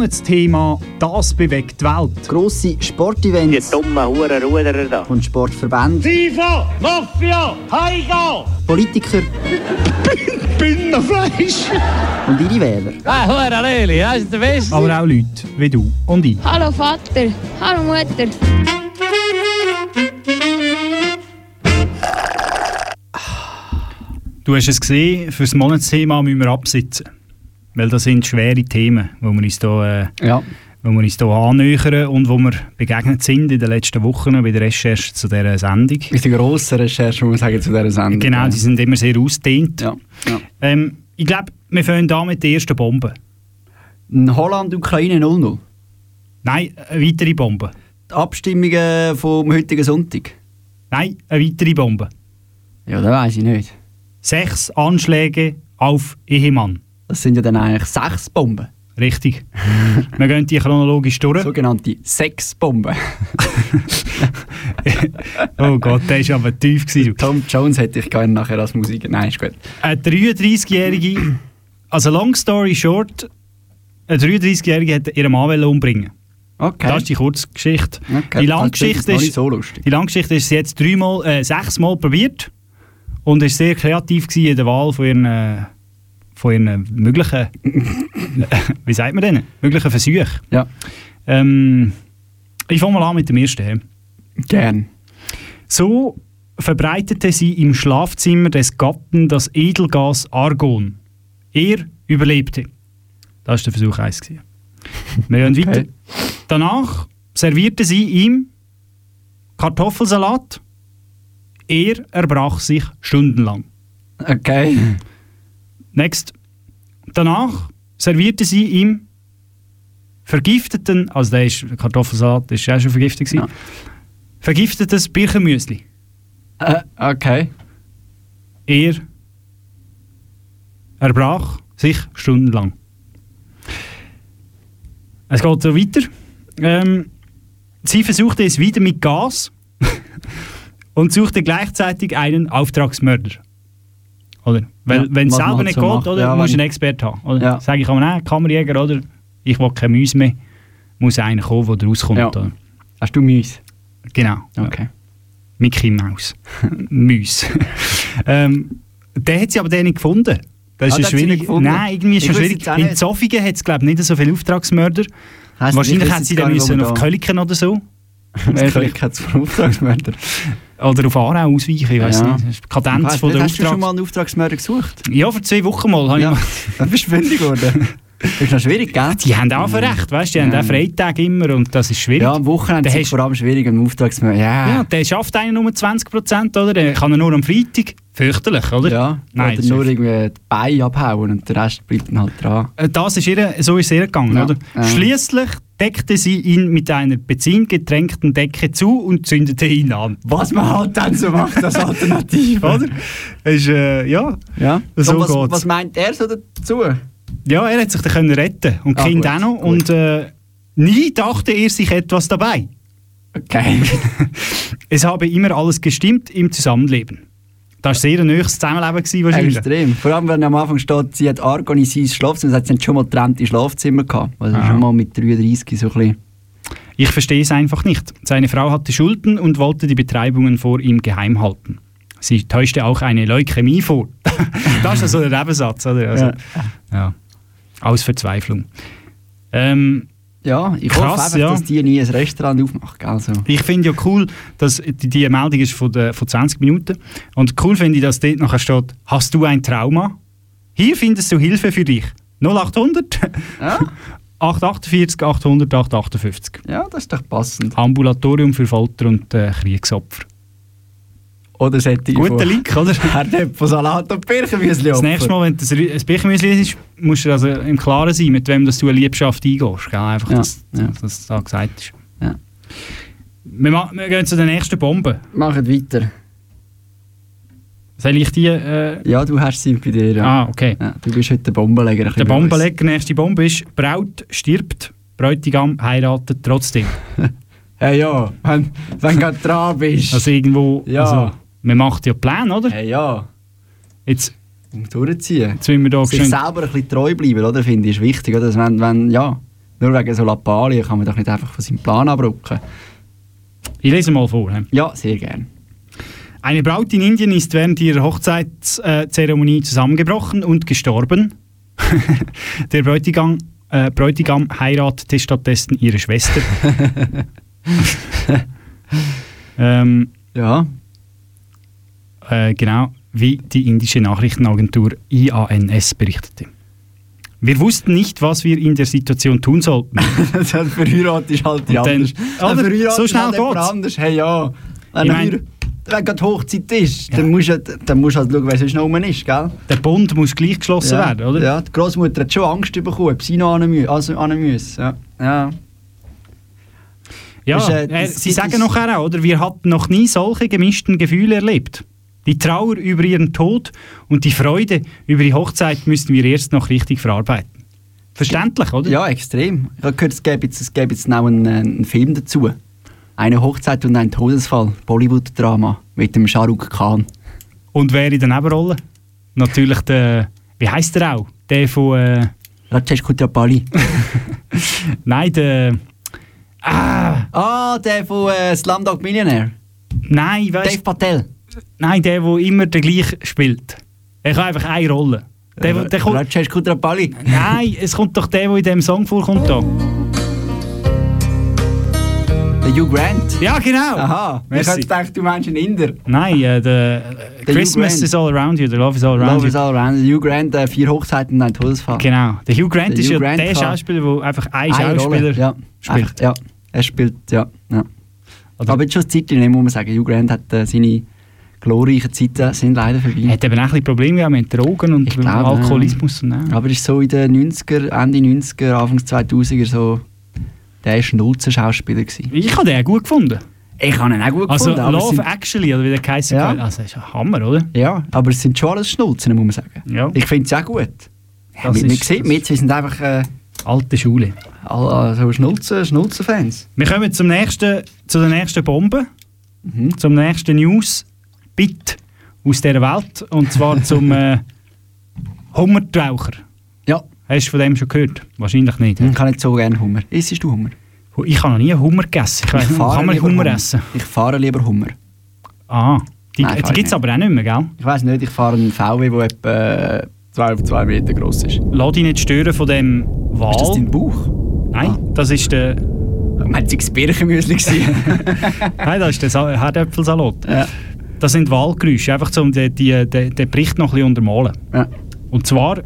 Speaker 2: Monatsthema «Das bewegt die Welt».
Speaker 1: Grosse Sportevents.
Speaker 19: Die dummen Hurenruderer da.
Speaker 1: Und Sportverbände.
Speaker 19: FIFA, Mafia, Heiga.
Speaker 1: Politiker.
Speaker 19: Binnenfleisch.
Speaker 1: Und ihre Wähler.
Speaker 19: Ah, Hurenleli, das ist der Beste.
Speaker 2: Aber auch Leute wie du und ich.
Speaker 10: Hallo Vater, hallo Mutter.
Speaker 2: Du hast es gesehen, für das Monatsthema müssen wir absitzen. Weil das sind schwere Themen, wo wir uns hier, äh,
Speaker 1: ja.
Speaker 2: wo wir uns hier annähern und wo wir begegnet sind in den letzten Wochen bei der Recherche zu dieser Sendung.
Speaker 1: Bei der grossen Recherche, muss man sagen, zu dieser Sendung.
Speaker 2: Genau, die sind immer sehr ausgedehnt.
Speaker 1: Ja. Ja.
Speaker 2: Ähm, ich glaube, wir fangen an mit der ersten Bombe.
Speaker 1: Holland-Ukraine null null.
Speaker 2: Nein, eine weitere Bombe.
Speaker 1: Die Abstimmungen vom heutigen Sonntag.
Speaker 2: Nein, eine weitere Bombe.
Speaker 1: Ja, das weiss ich nicht.
Speaker 2: Sechs Anschläge auf Ehemann.
Speaker 1: Das sind ja dann eigentlich sechs Bomben.
Speaker 2: Richtig. Wir gehen die chronologisch durch.
Speaker 1: Sogenannte Sexbomben.
Speaker 2: Oh Gott, der war aber tief gewesen.
Speaker 1: Tom Jones hätte ich gerne nachher als Musiker. Nein, ist gut.
Speaker 2: Eine dreiunddreißigjährige, also long story short, eine dreiunddreißigjährige hat ihren Mann umbringen.
Speaker 1: Okay.
Speaker 2: Das ist die Kurzgeschichte.
Speaker 1: Okay.
Speaker 2: Die Langgeschichte
Speaker 1: ist,
Speaker 2: ist,
Speaker 1: so lustig.
Speaker 2: die Langgeschichte ist sie jetzt dreimal, äh, sechsmal probiert und ist sehr kreativ gewesen in der Wahl von ihren, äh, von ihren möglichen, wie sagt man denn, möglichen Versuchen.
Speaker 1: Ja.
Speaker 2: Ähm, ich fange mal an mit dem ersten.
Speaker 1: Gern.
Speaker 2: So verbreitete sie im Schlafzimmer des Gatten das Edelgas Argon. Er überlebte. Das war der Versuch eins. Wir gehen weiter.
Speaker 1: Okay.
Speaker 2: Danach servierte sie ihm Kartoffelsalat. Er erbrach sich stundenlang.
Speaker 1: Okay.
Speaker 2: Next. Danach servierte sie ihm vergifteten, also der ist, Kartoffelsalat ist auch schon vergiftet gewesen, ja. vergiftetes Birchenmüsli.
Speaker 1: Äh, okay.
Speaker 2: Er erbrach sich stundenlang. Es geht so weiter. Ähm, sie versuchte es wieder mit Gas und suchte gleichzeitig einen Auftragsmörder. Oder? Weil,
Speaker 1: Ja,
Speaker 2: wenn es
Speaker 1: was man
Speaker 2: selber
Speaker 1: halt
Speaker 2: nicht
Speaker 1: so
Speaker 2: geht,
Speaker 1: macht.
Speaker 2: oder,
Speaker 1: Ja,
Speaker 2: musst du
Speaker 1: wenn-
Speaker 2: einen Experten haben. Oder?
Speaker 1: Ja.
Speaker 2: Sage ich aber, nein, Kammerjäger, oder? Ich will kein Mäus mehr. Muss einer kommen, der rauskommt.
Speaker 1: Ja.
Speaker 2: Oder?
Speaker 1: Hast du Mäuse?
Speaker 2: Genau.
Speaker 1: Okay.
Speaker 2: Ja. Mickey Maus. Mäus. ähm, den hat sie aber den nicht gefunden. Das
Speaker 1: Ah,
Speaker 2: ist
Speaker 1: den hat sie
Speaker 2: schwierig.
Speaker 1: nicht gefunden?
Speaker 2: Nein, irgendwie ist
Speaker 1: Ich
Speaker 2: es
Speaker 1: wüsste
Speaker 2: schwierig.
Speaker 1: jetzt auch
Speaker 2: In
Speaker 1: nicht.
Speaker 2: Zofingen hat es, glaube ich, nicht so viele Auftragsmörder.
Speaker 1: Heisst,
Speaker 2: Wahrscheinlich
Speaker 1: ich
Speaker 2: hätte
Speaker 1: wüsste
Speaker 2: sie
Speaker 1: jetzt
Speaker 2: dann
Speaker 1: gar nicht,
Speaker 2: müssen
Speaker 1: wo
Speaker 2: auf
Speaker 1: wir
Speaker 2: Köliken oder so.
Speaker 1: da- Vielleicht hat es für Auftragsmörder.
Speaker 2: Oder auf Aarau ausweichen, ich weiss
Speaker 1: Ja.
Speaker 2: nicht. Das ist die Kadenz
Speaker 1: Hast,
Speaker 2: von der
Speaker 1: hast du schon
Speaker 2: Auftrags...
Speaker 1: mal einen Auftragsmörder gesucht?
Speaker 2: Ja, vor zwei Wochen mal. habe
Speaker 1: Ja.
Speaker 2: Ich mal
Speaker 1: Dann bist du fündig geworden. Das ist noch schwierig, gell?
Speaker 2: die haben auch Recht, weißt du? Die haben
Speaker 1: Ja.
Speaker 2: auch Freitag immer und das ist schwierig.
Speaker 1: Ja, am Wochenende
Speaker 2: Der
Speaker 1: ist es
Speaker 2: hast-
Speaker 1: vor allem schwierig, einen Auftragsmörder. Ja.
Speaker 2: Ja, der schafft einen nur zwanzig Prozent, oder? Der kann er nur am Freitag. Fürchterlich, oder?
Speaker 1: Ja,
Speaker 2: Nein,
Speaker 1: oder nur irgendwie die Beine abhauen und der Rest bleibt dann halt dran.
Speaker 2: Äh, Das ist ihr, so ist es ihr gegangen,
Speaker 1: Ja.
Speaker 2: oder?
Speaker 1: Ja.
Speaker 2: Schließlich deckte sie ihn mit einer benzingetränkten Decke zu und zündete ihn an.
Speaker 1: Was man halt dann so macht als Alternative.
Speaker 2: Oder? Ist, äh, ja,
Speaker 1: Ja.
Speaker 2: so
Speaker 1: und was,
Speaker 2: geht's.
Speaker 1: was meint er so dazu?
Speaker 2: Ja, er hat sich dann können retten und die
Speaker 1: Ah,
Speaker 2: Kinder
Speaker 1: gut,
Speaker 2: auch noch.
Speaker 1: gut.
Speaker 2: Und äh, nie dachte er sich etwas dabei.
Speaker 1: Okay.
Speaker 2: Es habe immer alles gestimmt im Zusammenleben. Das war sehr ein nahes Zusammenleben gewesen, wahrscheinlich.
Speaker 1: Extrem. Vor allem, wenn am Anfang steht, sie hat Argon in sein Schlafzimmer. Das heißt, sie haben schon mal getrennte Schlafzimmer gehabt. Also
Speaker 2: Ah.
Speaker 1: schon mal mit dreiunddreißig so ein bisschen.
Speaker 2: Ich verstehe es einfach nicht. Seine Frau hatte Schulden und wollte die Betreibungen vor ihm geheim halten. Sie täuschte auch eine Leukämie vor. Das ist ja so der Nebensatz, oder? Also,
Speaker 1: Ja.
Speaker 2: ja. Aus Verzweiflung. Ähm,
Speaker 1: Ja, ich
Speaker 2: Krass,
Speaker 1: hoffe einfach,
Speaker 2: ja.
Speaker 1: dass die nie ein Restaurant aufmacht. gell? Also.
Speaker 2: ich finde ja cool, dass die, die Meldung ist von, der, von zwanzig Minuten. Und cool finde ich, dass dort nachher steht, hast du ein Trauma? Hier findest du Hilfe für dich. null acht hundert
Speaker 1: Ja?
Speaker 2: acht acht vier achthundert acht achtundfünfzig.
Speaker 1: Ja, das ist doch passend.
Speaker 2: Ambulatorium für Folter und äh, Kriegsopfer.
Speaker 1: Oder sollte ich
Speaker 2: Guter Link, oder?
Speaker 1: Herdöpfelsalat und Birchenmüsli.
Speaker 2: Das nächste Mal, wenn das ein Birchenmüsli ist, musst du also im Klaren sein, mit wem dass du eine Liebschaft eingehst. Gell? Einfach,
Speaker 1: Ja,
Speaker 2: dass,
Speaker 1: ja.
Speaker 2: dass das da gesagt ist.
Speaker 1: Ja.
Speaker 2: Wir, ma- wir gehen zu der nächsten Bombe.
Speaker 1: Machen weiter.
Speaker 2: Soll ich die... Äh,
Speaker 1: Ja, du hast sie bei dir. Ja.
Speaker 2: Ah, okay.
Speaker 1: Ja, du bist heute der Bombenleger. ein
Speaker 2: Der
Speaker 1: bisschen bei uns.
Speaker 2: Bombenleger, nächste Bombe ist, Braut stirbt, Bräutigam heiratet trotzdem.
Speaker 1: Hey ja, wenn, wenn du gerade dran bist.
Speaker 2: Also irgendwo...
Speaker 1: Ja.
Speaker 2: Also, man macht ja Pläne, oder?
Speaker 1: Hey ja,
Speaker 2: Jetzt,
Speaker 1: durchziehen.
Speaker 2: jetzt müssen wir da
Speaker 1: Sich
Speaker 2: schön...
Speaker 1: selber ein bisschen treu bleiben, oder? Finde ich, ist wichtig. Oder? Dass wenn, wenn, ja, Nur wegen so Lappalien kann man doch nicht einfach von seinem Plan abrücken.
Speaker 2: Ich lese mal vor. He?
Speaker 1: Ja, sehr gern.
Speaker 2: Eine Braut in Indien ist während ihrer Hochzeitszeremonie zusammengebrochen und gestorben. Der Bräutigam, äh, Bräutigam heiratete stattdessen ihre Schwester. ähm,
Speaker 1: ja.
Speaker 2: Äh, genau, wie die indische Nachrichtenagentur I A N S berichtete. Wir wussten nicht, was wir in der Situation tun sollten.
Speaker 1: Das verheiratet ist halt die
Speaker 2: anders. Oder, so schnell
Speaker 1: halt
Speaker 2: geht's.
Speaker 1: Anders. Hey, ja.
Speaker 2: Ich mein,
Speaker 1: wenn gerade Hochzeit ist,
Speaker 2: ja.
Speaker 1: dann musst du dann musst halt schauen, wer sonst noch rum ist, gell?
Speaker 2: Der Bund muss gleich geschlossen
Speaker 1: ja.
Speaker 2: werden, oder?
Speaker 1: Ja, die Großmutter hat schon Angst bekommen, ob sie noch an müssen. Also an müssen. Ja. Ja.
Speaker 2: Ja,
Speaker 1: ist, äh,
Speaker 2: äh, sie sagen nachher auch, oder? Wir hatten noch nie solche gemischten Gefühle erlebt. Die Trauer über ihren Tod und die Freude über die Hochzeit müssen wir erst noch richtig verarbeiten. Verständlich, oder?
Speaker 1: Ja, extrem. Ich habe gehört, es gäbe jetzt, es gäbe jetzt noch einen, einen Film dazu. Eine Hochzeit und ein Todesfall. Bollywood-Drama mit dem Shah Rukh Khan.
Speaker 2: Und wer in der Nebenrolle? Natürlich der... Wie heisst der auch? Der von... Äh,
Speaker 1: Rajesh Kutrapali.
Speaker 2: Nein, der... Ah!
Speaker 1: Ah, der von äh, Slumdog Millionaire.
Speaker 2: Nein, weißt
Speaker 1: Dave Patel.
Speaker 2: Nein, der, der immer der gleiche spielt. Er kann einfach eine Rolle. Der, der, der kommt...
Speaker 1: Rajesh Kutrapali.
Speaker 2: Nein, es kommt doch der, der in diesem Song vorkommt. Da.
Speaker 1: Der Hugh Grant.
Speaker 2: Ja, genau.
Speaker 1: Aha. Ich hätte gedacht, du meinst einen Inder.
Speaker 2: Nein, äh, der, der Christmas is all around you, der Love is all around
Speaker 1: Love
Speaker 2: you.
Speaker 1: Is all around. Hugh Grant, äh, vier Hochzeiten und ein Todesfall.
Speaker 2: Genau. Der Hugh Grant
Speaker 1: der
Speaker 2: ist
Speaker 1: Hugh
Speaker 2: ja
Speaker 1: Grant
Speaker 2: der Schauspieler, der einfach ein Schauspieler
Speaker 1: ja.
Speaker 2: spielt.
Speaker 1: Einfach, ja, er spielt, ja. ja. Aber jetzt schon eine Zeit lang, muss man sagen. Hugh Grant hat äh, seine glorreichen Zeiten sind leider vorbei.
Speaker 2: Er hat eben auch ein bisschen Probleme mit Drogen und
Speaker 1: ich glaub,
Speaker 2: Alkoholismus.
Speaker 1: Ja. Und, aber ist so in den neunziger, Ende neunziger, Anfang zweitausender so der Schnulzen-Schauspieler gewesen.
Speaker 2: Ich habe den auch gut gefunden.
Speaker 1: Ich habe ihn auch gut
Speaker 2: also
Speaker 1: gefunden.
Speaker 2: Love Actually, oder wie der geheißen
Speaker 1: ja.
Speaker 2: Also das ist ein Hammer, oder?
Speaker 1: Ja, aber es sind schon alles Schnulzen, muss man sagen.
Speaker 2: Ja.
Speaker 1: Ich finde es auch gut. Ja,
Speaker 2: Das
Speaker 1: wir
Speaker 2: ist-
Speaker 1: sehen, wir sind einfach äh,
Speaker 2: Alte Schule.
Speaker 1: also Schnulzen, Schnulzen-Fans.
Speaker 2: Wir kommen zum nächsten, zu der nächsten Bombe,
Speaker 1: Mhm.
Speaker 2: zum nächsten News-Bit aus dieser Welt, und zwar zum äh, Hummertaucher.
Speaker 1: Ja.
Speaker 2: Hast du von dem schon gehört? Wahrscheinlich nicht.
Speaker 1: Ich kann nicht so gerne Hummer. Isst du Hummer?
Speaker 2: Ich habe noch nie Hummer gegessen. Ich weiss nicht, kann man
Speaker 1: lieber
Speaker 2: Hummer essen?
Speaker 1: Ich fahre lieber Hummer.
Speaker 2: Ah, die,
Speaker 1: Nein,
Speaker 2: die
Speaker 1: fahr ich
Speaker 2: gibt es
Speaker 1: nicht.
Speaker 2: aber auch nicht mehr, gell?
Speaker 1: Ich weiss nicht, ich fahre einen V W, der etwa äh, zwei auf zwei Meter groß ist.
Speaker 2: Lass dich nicht stören von dem Wal.
Speaker 1: Ist das dein Bauch?
Speaker 2: Nein, das ist der...
Speaker 1: Meint sie das Birchenmüsli gewesen?
Speaker 2: Nein, das ist der Sa- Herdäpfelsalat.
Speaker 1: Ja.
Speaker 2: Das sind Walgeräusche, einfach um den die, die, die Bericht noch ein bisschen untermalen.
Speaker 1: Ja.
Speaker 2: Und zwar,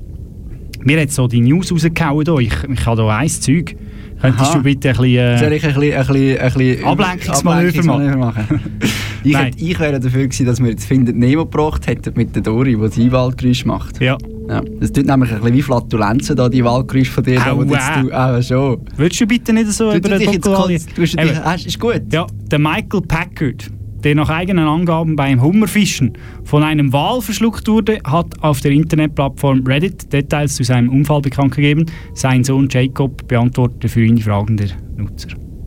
Speaker 2: mir hat so die News rausgehauen hier. Ich, ich habe hier ein Zeug. Könntest
Speaker 1: Aha.
Speaker 2: du bitte ein bisschen...
Speaker 1: Soll
Speaker 2: Äh,
Speaker 1: ich ein bisschen, ein bisschen, ein bisschen
Speaker 2: Ablenkungsmanöver machen?
Speaker 1: machen? ich,
Speaker 2: Nein.
Speaker 1: hätte, ich wäre dafür gewesen, dass wir jetzt «Findet Nemo» gebracht hätten mit der Dori, die die Waldgeräusche macht.
Speaker 2: Ja.
Speaker 1: Ja. Das tut nämlich ein bisschen wie Flatulenzen, da, die Waldgeräusche von dir.
Speaker 2: Au,
Speaker 1: da, wo jetzt
Speaker 2: äh.
Speaker 1: du, ah, schon.
Speaker 2: Willst du bitte nicht so
Speaker 1: Du,
Speaker 2: über
Speaker 1: du
Speaker 2: den
Speaker 1: dich jetzt
Speaker 2: Doktor...
Speaker 1: kurz- du hast dich- hast- ist gut.
Speaker 2: Ja, der Michael Packard, der nach eigenen Angaben beim Hummerfischen von einem Wal verschluckt wurde, hat auf der Internetplattform Reddit Details zu seinem Unfall bekannt gegeben. Sein Sohn Jacob beantwortete für ihn die Fragen der Nutzer.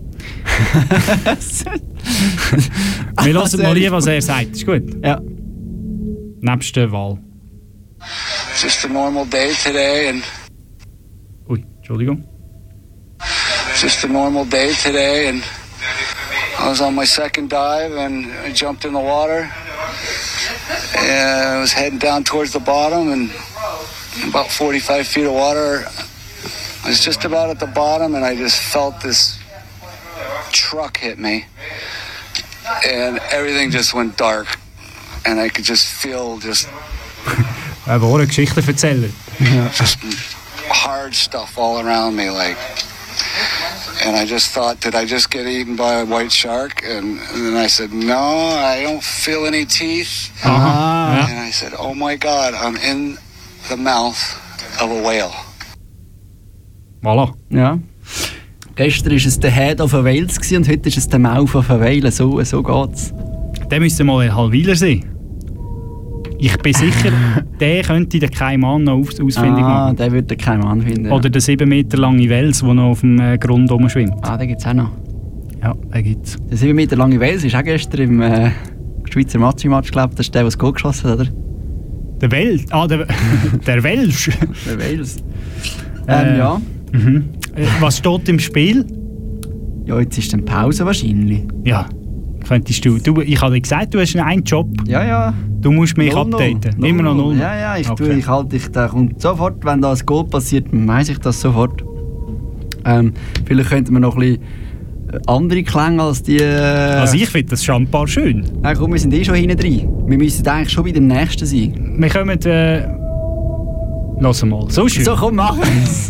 Speaker 2: Wir hören mal hier, was er sagt. Ist gut?
Speaker 1: Ja.
Speaker 2: Nebst der Wal.
Speaker 20: Just a normal day today, and
Speaker 2: Ui, Entschuldigung.
Speaker 20: just a normal day today, and I was on my second dive, and I jumped in the water, and I was heading down towards the bottom, and about forty-five feet of water. I was just about at the bottom, and I just felt this truck hit me, and everything just went dark, and I could just feel just
Speaker 2: Ein wahrer Geschichtenverzähler.
Speaker 20: just hard stuff all around me, like, and I just thought, did I just get eaten by a white shark? And, and then I said, no, I don't feel any teeth.
Speaker 2: Aha.
Speaker 20: And I said, oh my God, I'm in the mouth of a whale.
Speaker 2: Voilà.
Speaker 1: Ja. Gestern war es der Head of a Wales gewesen und heute ist es der Mouth of a Whale. So, so geht's.
Speaker 2: Der müsste mal ein Halwiler sein. Ich bin sicher, der könnte den Kaiman noch aus ausfindig
Speaker 1: Ah,
Speaker 2: machen.
Speaker 1: der würde keinen Mann finden.
Speaker 2: Oder der sieben Meter lange Wels, der noch auf dem äh, Grund rumschwimmt.
Speaker 1: Ah, den gibt es auch noch.
Speaker 2: Ja, den gibt's.
Speaker 1: Der sieben Meter lange Wels ist auch gestern im äh, Schweizer Matschi-Match, glaube ich. Das ist der, der das Goal geschossen hat, oder?
Speaker 2: Der Wels? Ah, der, der Welsch.
Speaker 1: Der Wels. Ähm,
Speaker 2: Äh,
Speaker 1: ja.
Speaker 2: Mhm. Äh, was steht im Spiel?
Speaker 1: Ja, jetzt ist dann Pause wahrscheinlich.
Speaker 2: Ja, könntest du. du ich habe dir gesagt, du hast einen Job.
Speaker 1: Ja, ja.
Speaker 2: Du musst mich
Speaker 1: null null.
Speaker 2: updaten.
Speaker 1: null
Speaker 2: Immer noch null.
Speaker 1: Ja, ja, ich,
Speaker 2: Okay.
Speaker 1: tue, ich halte dich da. Und sofort, wenn da ein Goal passiert, weiss ich das sofort. Ähm, vielleicht könnten wir noch ein bisschen andere Klänge als die... Äh
Speaker 2: Also ich finde das Champar schön.
Speaker 1: Nein, komm, wir sind eh schon hinten drin. Wir müssen eigentlich schon bei dem nächsten sein.
Speaker 2: Wir kommen... Äh, lass mal. So schön.
Speaker 1: So, komm, machen wir's.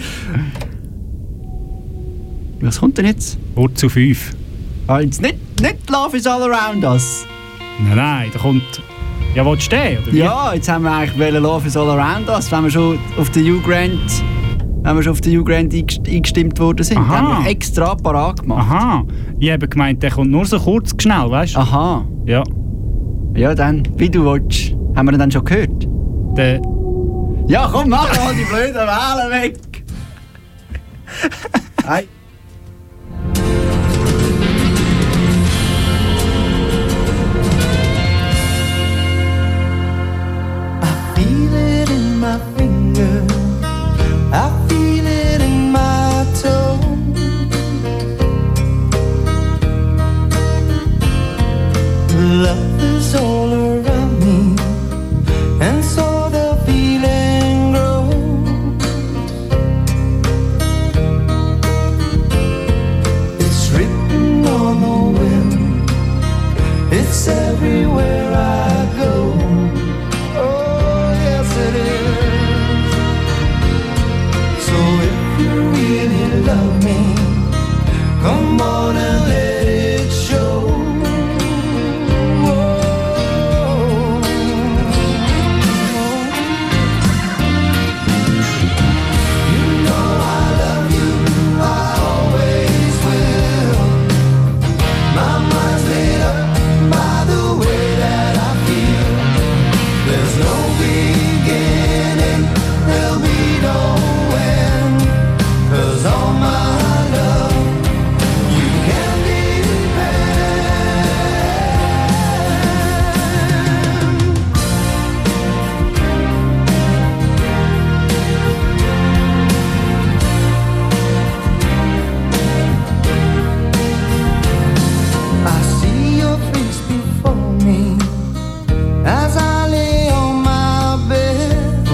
Speaker 1: Was kommt denn jetzt?
Speaker 2: Wort zu fünf.
Speaker 1: Ah, jetzt nicht, nicht Love is all around us.
Speaker 2: Nein, nein, da kommt... Ja, willst du den, oder wie?
Speaker 1: Ja, jetzt haben wir eigentlich wollen Love is all around us, wenn wir schon auf den Hugh Grant... Wenn wir schon auf den Hugh Grant eingestimmt worden sind.
Speaker 2: Aha.
Speaker 1: Den haben wir extra parat gemacht.
Speaker 2: Aha. Ich habe gemeint, der kommt nur so kurz schnell, weißt du?
Speaker 1: Aha.
Speaker 2: Ja.
Speaker 1: Ja, dann, wie du willst. Haben wir ihn dann schon gehört?
Speaker 2: Der...
Speaker 1: Ja, komm, mach mal die blöden Wahlen weg! Hey.
Speaker 11: I feel it in my finger, I feel it in my toe. Love is all around me, and so the feeling grows. It's written on the wind, it's everywhere I go. Oh, yes it is. So if you really love me, come on and let it show. As I lay on my bed,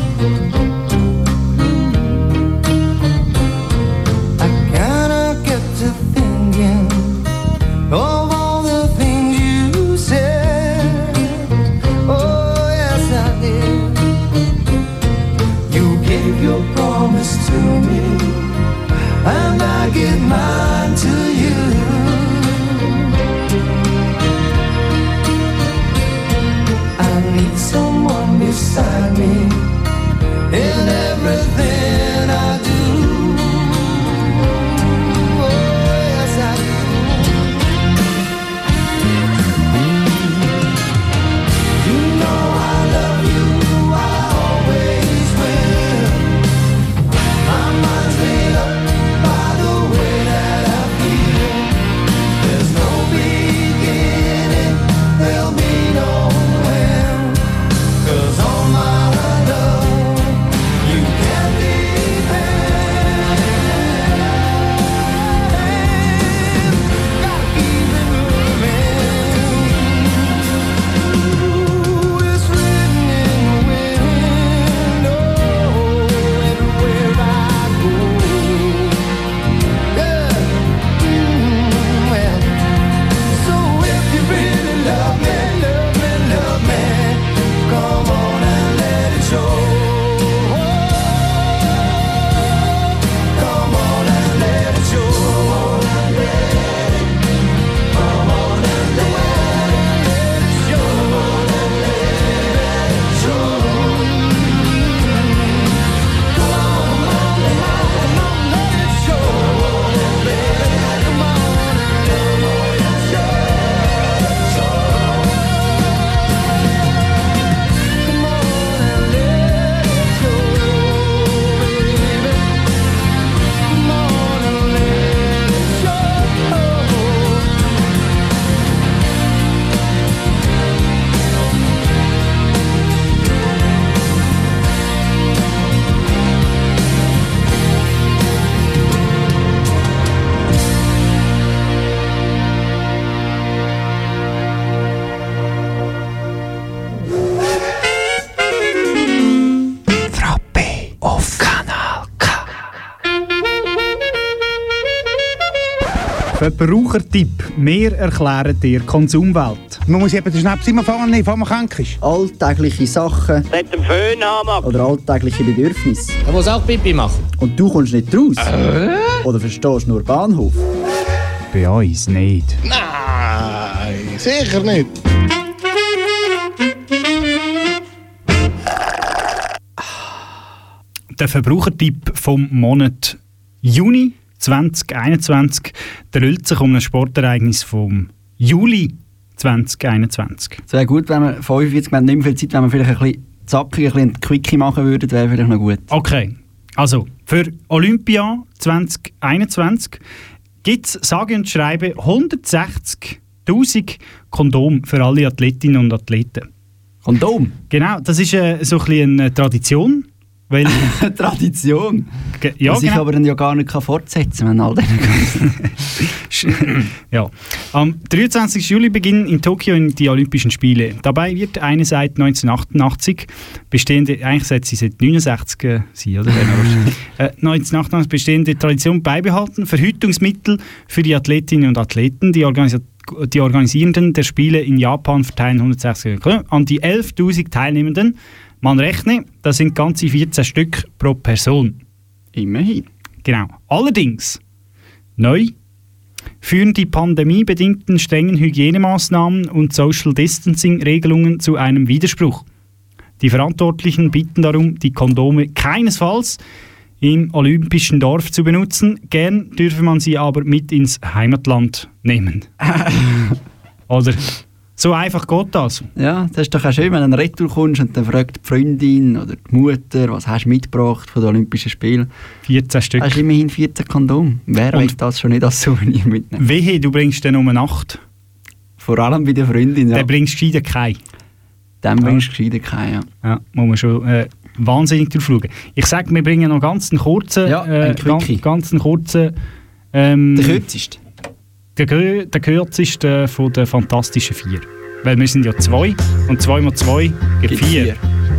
Speaker 11: I kinda get to thinking of all the things you said. Oh, yes, I did. You gave your promise to me, and I give mine to you. Someone beside me in everything I do. Oh, yes, I do. You know I love you, I always will. My mind's made up by the way that I feel.
Speaker 2: Verbrauchertipp. Wir erklären dir Konsumwelt.
Speaker 12: Man muss eben den Schnaps immer vorne nehmen, bevor man krank ist.
Speaker 1: Alltägliche Sachen.
Speaker 19: Mit dem Föhn haben.
Speaker 1: Oder alltägliche Bedürfnisse.
Speaker 19: Er muss auch Pipi machen.
Speaker 1: Und du kommst nicht raus? Äh? Oder verstehst nur Bahnhof?
Speaker 2: Bei uns nicht.
Speaker 12: Nein, sicher nicht.
Speaker 2: Der Verbrauchertipp vom Monat Juni zwanzig einundzwanzig drüllt sich um ein Sportereignis vom Juli zwanzig einundzwanzig.
Speaker 1: Es wäre gut, wenn wir fünfundvierzig, wir haben nicht mehr viel Zeit, wenn wir vielleicht ein bisschen zackig, ein bisschen Quickie machen würden, wäre vielleicht noch gut.
Speaker 2: Okay, also für Olympia zwanzig einundzwanzig gibt es sage und schreibe hundertsechzigtausend Kondome für alle Athletinnen und Athleten.
Speaker 1: Kondom?
Speaker 2: Genau, das ist äh, so ein bisschen eine Tradition. Weil
Speaker 1: Tradition?
Speaker 2: Ge- ja,
Speaker 1: was ich
Speaker 2: genau.
Speaker 1: aber dann ja gar nicht fortsetzen kann, wenn all denen
Speaker 2: ja. Am dreiundzwanzigsten Juli beginnen in Tokio die Olympischen Spiele. Dabei wird eine seit neunzehnhundertachtundachtzig bestehende, eigentlich sollte sie seit neunundsechzig äh, sein, oder? äh, neunzehnhundertachtundachtzig bestehende Tradition beibehalten. Verhütungsmittel für die Athletinnen und Athleten. Die, Organisa- die Organisierenden der Spiele in Japan verteilen hundertsechzig an die elftausend Teilnehmenden. Man rechne, das sind ganze vierzehn Stück pro Person.
Speaker 1: Immerhin.
Speaker 2: Genau. Allerdings, neu führen die pandemiebedingten strengen Hygienemaßnahmen und Social Distancing-Regelungen zu einem Widerspruch. Die Verantwortlichen bitten darum, die Kondome keinesfalls im olympischen Dorf zu benutzen. Gern dürfe man sie aber mit ins Heimatland nehmen. Oder... So einfach geht das.
Speaker 1: Ja, das ist doch auch schön, wenn du in Retour kommst und dann fragt die Freundin oder die Mutter, was hast du mitgebracht von den Olympischen Spielen?
Speaker 2: vierzehn Stück.
Speaker 1: Hast du immerhin vierzehn Kondome. Wer will das schon nicht als Souvenir mitnehmen?
Speaker 2: Wehe, du bringst dann um eine Nacht.
Speaker 1: Vor allem bei der Freundin, ja.
Speaker 2: Dann bringst du gescheiter keinen.
Speaker 1: Dann bringst du gescheiter keinen, ja.
Speaker 2: Ja, muss man schon äh, wahnsinnig drauf schauen. Ich sage, wir bringen noch ganz einen kurzen...
Speaker 1: Ja,
Speaker 2: äh,
Speaker 1: ein Quickie.
Speaker 2: ganz, ganz einen kurzen... Ähm,
Speaker 1: Der kürzeste.
Speaker 2: Der, Kür- der kürzeste von den Fantastischen Vier. Weil wir sind ja zwei und zwei mal zwei gibt
Speaker 1: Gibt
Speaker 2: vier.
Speaker 1: vier.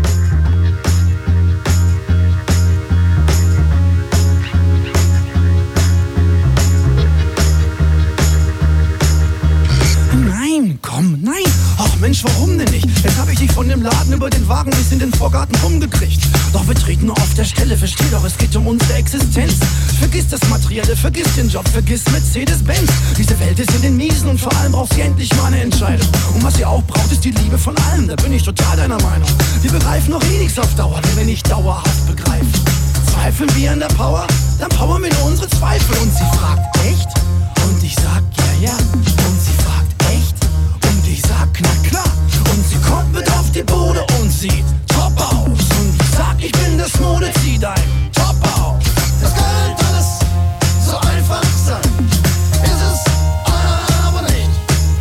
Speaker 11: Nein, komm, nein. Ach Mensch, warum denn nicht? Jetzt habe ich dich von dem Laden über den Wagen bis in den Vorgarten rumgekriegt. Doch wir treten nur auf der Stelle, versteh doch, es geht um unsere Existenz. Vergiss das Materielle, vergiss den Job, vergiss Mercedes-Benz. Diese Welt ist in den Miesen und vor allem braucht sie endlich mal eine Entscheidung. Und was sie auch braucht, ist die Liebe von allem, da bin ich total deiner Meinung. Wir begreifen noch eh nichts auf Dauer, wenn wir nicht dauerhaft begreifen. Zweifeln wir an der Power? Dann powern wir nur unsere Zweifel. Und sie fragt, echt? Und ich sag, ja, ja. Und sie fragt, echt? Und ich sag, na klar. Und sie kommt mit auf die Bude und sieht top aus. Und ich sag, ich bin das Mode, zieh dein Top auf. Das könnte alles so einfach sein. Ist es aber nicht.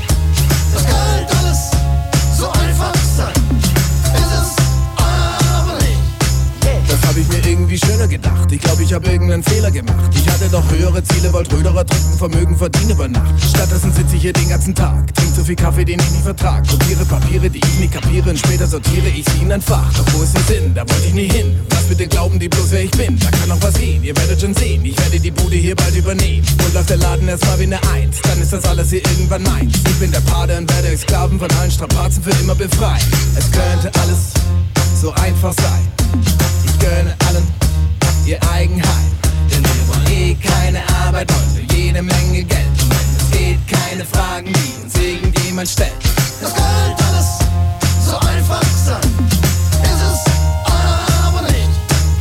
Speaker 11: Das könnte alles so einfach sein. Ist es aber nicht.
Speaker 21: Das hab ich mir irgendwie schöner gedacht. Ich glaube, ich habe irgendeinen Fehler gemacht. Ich hatte doch höhere Ziele, wollte Röderer drücken, Vermögen verdienen über Nacht. Stattdessen sitze ich hier den ganzen Tag, trink so viel Kaffee, den ich nicht vertrag. Kopiere Papiere, die ich nicht kapiere, und später sortiere ich sie in ein Fach. Doch wo ist der Sinn? Da wollte ich nie hin. Was bitte glauben die bloß, wer ich bin? Da kann noch was gehen, ihr werdet schon sehen. Ich werde die Bude hier bald übernehmen. Und läuft der Laden erstmal wie eine Eins. Dann ist das alles hier irgendwann meins. Ich bin der Pate und werde euch Sklaven von allen Strapazen für immer befreien. Es könnte alles so einfach sein. Ich gönne allen ihr Eigenheim. Denn wir wollen eh keine Arbeit, wollen für jede Menge Geld. Und wenn es geht, keine Fragen, die uns irgendjemand stellt.
Speaker 11: Das könnte alles so einfach sein. Ist es aber nicht.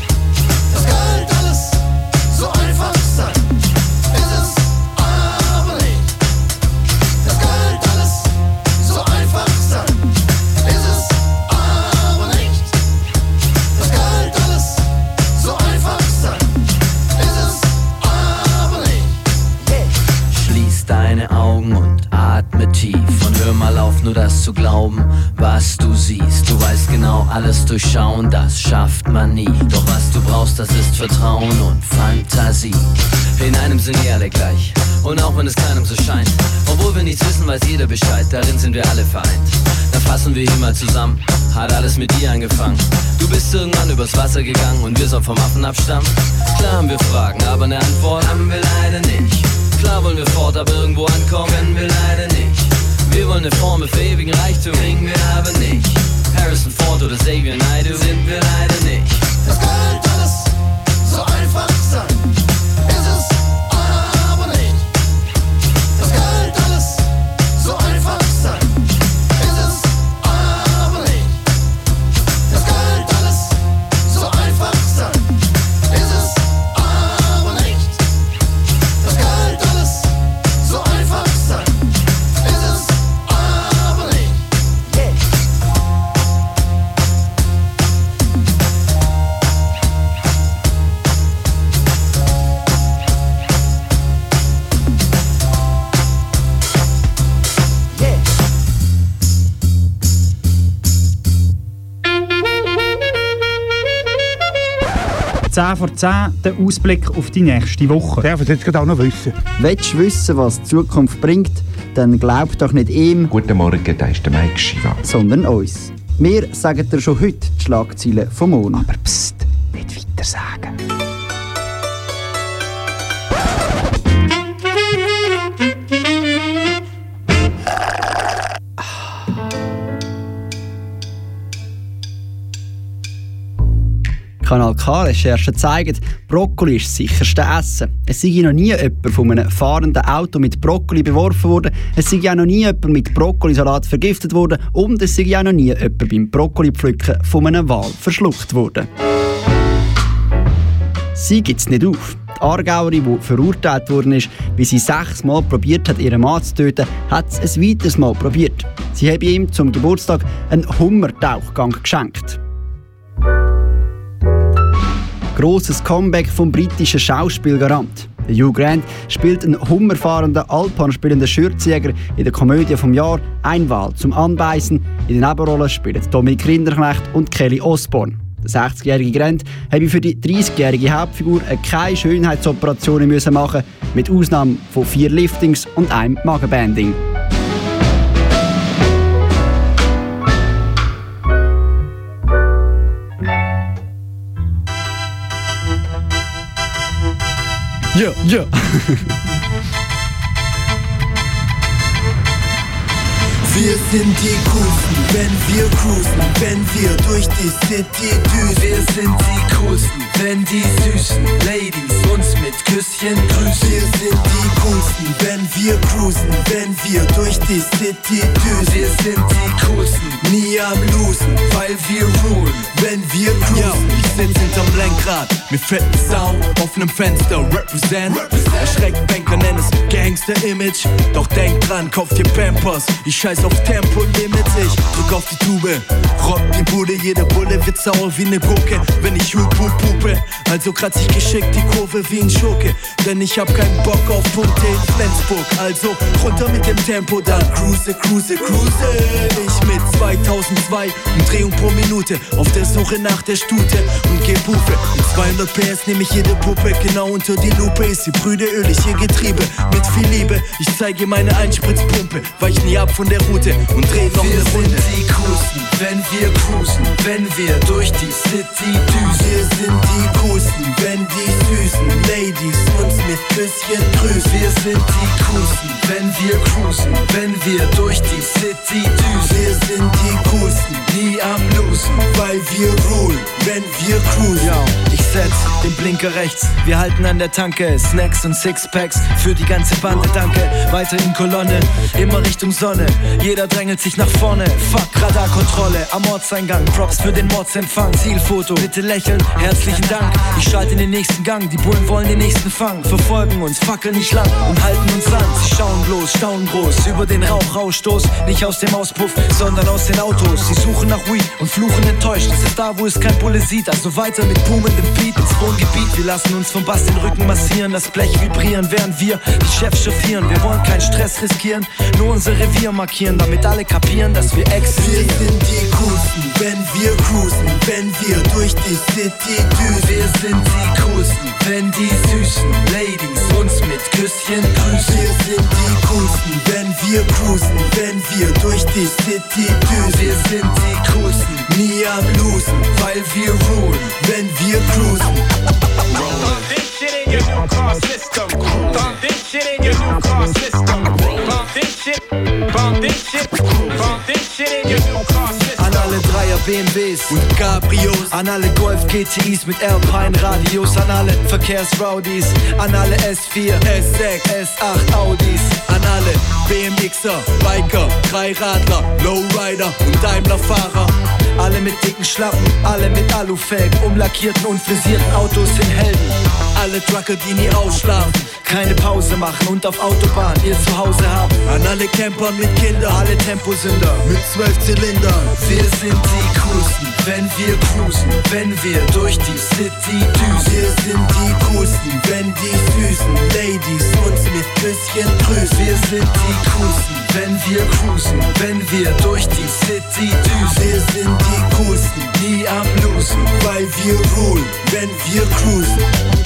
Speaker 11: Das könnte alles so einfach sein. Ist es aber nicht. Das könnte alles so einfach sein. Ist es aber nicht. Das könnte alles so einfach sein. Ist es aber nicht.
Speaker 22: Schließ deine Augen und atme tief und hör mal auf, nur das zu glauben, was du siehst. Du weißt genau, alles durchschauen, das schafft man nie. Doch was du brauchst, das ist Vertrauen und Fantasie. In einem sind wir alle gleich, und auch wenn es keinem so scheint. Obwohl wir nichts wissen, weiß jeder Bescheid, darin sind wir alle vereint. Dann fassen wir hier mal zusammen, hat alles mit dir angefangen. Du bist irgendwann übers Wasser gegangen und wir sollen vom Affen abstammen. Klar haben wir Fragen, aber eine Antwort haben wir leider nicht. Klar wollen wir fort, aber
Speaker 2: zehn vor zehn der Ausblick auf die nächste Woche.
Speaker 12: Darf ich jetzt gerade auch noch wissen?
Speaker 1: Willst du wissen, was die Zukunft bringt, dann glaub doch nicht ihm.
Speaker 5: Guten Morgen, da ist der Mike Schiva.
Speaker 1: Sondern uns. Wir sagen dir schon heute die Schlagzeilen vom Morgen.
Speaker 5: Aber psst, nicht weiter sagen.
Speaker 1: Kanal K-Recherchen zeigen, Brokkoli ist das sicherste Essen. Es sei noch nie jemand von einem fahrenden Auto mit Brokkoli beworfen worden, es sei auch noch nie jemand mit Brokkolisalat vergiftet worden und es sei auch noch nie jemand beim Brokkolipflücken von einem Wal verschluckt worden. Sie gibt es nicht auf. Die Aargauerin, die verurteilt worden ist, weil sie sechsmal probiert hat, ihren Mann zu töten, hat es ein weiteres Mal probiert. Sie habe ihm zum Geburtstag einen Hummertauchgang geschenkt. Grosses Comeback vom britischen Schauspielgarant. Hugh Grant spielt einen hummerfahrenden, Alphorn spielenden Schürzjäger in der Komödie vom Jahr «Ein Wal zum Anbeißen». In den Nebenrollen spielen Dominik Rinderknecht und Kelly Osbourne. Der sechzigjährige Grant habe für die dreißigjährige Hauptfigur keine Schönheitsoperationen müssen machen, mit Ausnahme von vier Liftings und einem Magenbanding. Ja, ja.
Speaker 21: Wir sind die Coolsten, wenn wir cruisen, wenn wir durch die City düsen. Wir sind die Coolsten, wenn die süßen Ladies uns mit Küsschen grüßen. Wir sind die Coolsten, wenn wir cruisen, wenn wir durch die City düsen. Wir sind die Coolsten, nie am Losen, weil wir rulen, wenn wir cruisen. Yo, ich sitz hinterm Lenkrad, mit fetten Sound, offenem Fenster, represent. Erschreckt Banker, nenn es Gangster-Image. Doch denk dran, kauf dir Pampers, ich scheiß auf Tempolimit, ich drück auf die Tube, rock die Bude, jede Bulle wird sauer wie ne Gurke, wenn ich hup hup hupe, also kratz ich geschickt die Kurve wie ein Schurke, denn ich hab keinen Bock auf Punkte in Flensburg, also runter mit dem Tempo, dann cruise, cruise, cruise, ich mit zweitausendzwei Umdrehung pro Minute, auf der Suche nach der Stute und geb Hufe, mit zweihundert P S nehm ich jede Puppe, genau unter die Lupe ist sie brüderölig, ihr Getriebe, mit viel Liebe, ich zeige meine Einspritzpumpe, weich nie ab von der Route und dreh noch eine Runde. Wir sind die Coolsten, wenn wir cruisen, wenn wir durch die City düsen. Wir sind die Coolsten, wenn die süßen Ladies uns mit Küsschen grüßen. Wir sind die Coolsten, wenn wir cruisen, wenn wir durch die City düsen. Wir sind die Coolsten, nie am Losen, weil wir rulen, wenn wir cruisen. Ja, ich setz den Blinker rechts, wir halten an der Tanke, Snacks und Sixpacks für die ganze Bande, danke. Weiter in Kolonne, immer Richtung Sonne. Jeder drängelt sich nach vorne, fuck, Radarkontrolle am Ortseingang, Props für den Mordsempfang, Zielfoto, bitte lächeln, herzlichen Dank. Ich schalte in den nächsten Gang, die Bullen wollen den nächsten fangen, verfolgen uns, fackeln nicht lang und halten uns an. Sie schauen bloß, staunen groß, über den Rauchausstoß, nicht aus dem Auspuff, sondern aus den Autos. Sie suchen nach Weed und fluchen enttäuscht, es ist da, wo es kein Bulle sieht, also weiter mit boomendem Beat ins Wohngebiet. Wir lassen uns vom Bass den Rücken massieren, das Blech vibrieren, während wir die Chefs chauffieren. Wir wollen keinen Stress riskieren, nur unser Revier markieren, damit alle kapieren, dass wir existieren. Wir sind die Coolsten, wenn wir cruisen, wenn wir durch die City düsen. Wir sind die Coolsten, wenn die süßen Ladies uns mit Küsschen grüßen. Wir sind die Coolsten, wenn wir cruisen, wenn wir durch die City düsen. Wir sind die Coolsten, nie am Losen, weil wir rulen, wenn wir cruisen.
Speaker 9: Pump this shit in your new car system. Pump this shit in your new car system. Pump this shit, pump this shit, pump this shit in your new car system.
Speaker 21: An alle Dreier B M Ws und Cabrios, an alle Golf G T Is mit Alpine Radios, an alle Verkehrsrowdies, an alle S vier, S sechs, S acht Audis, an alle B M Xer, Biker, Dreiradler, Lowrider und Daimler-Fahrer. Alle mit dicken Schlappen, alle mit Alufelgen, umlackierten und frisierten Autos sind Helden. Alle Trucker, die nie ausschlafen, keine Pause machen und auf Autobahn ihr Zuhause haben. An alle Camper mit Kindern, alle Temposünder mit zwölf Zylindern. Wir sind die Coolsten, wenn wir cruisen, wenn wir durch die City düsen. Wir sind die Coolsten, wenn die süßen Ladies uns mit Küsschen grüßen. Wir sind die Coolsten, wenn wir cruisen, wenn wir durch die City düsen. Wir sind die Coolsten, nie am Losen, weil wir ruhen, wenn wir cruisen.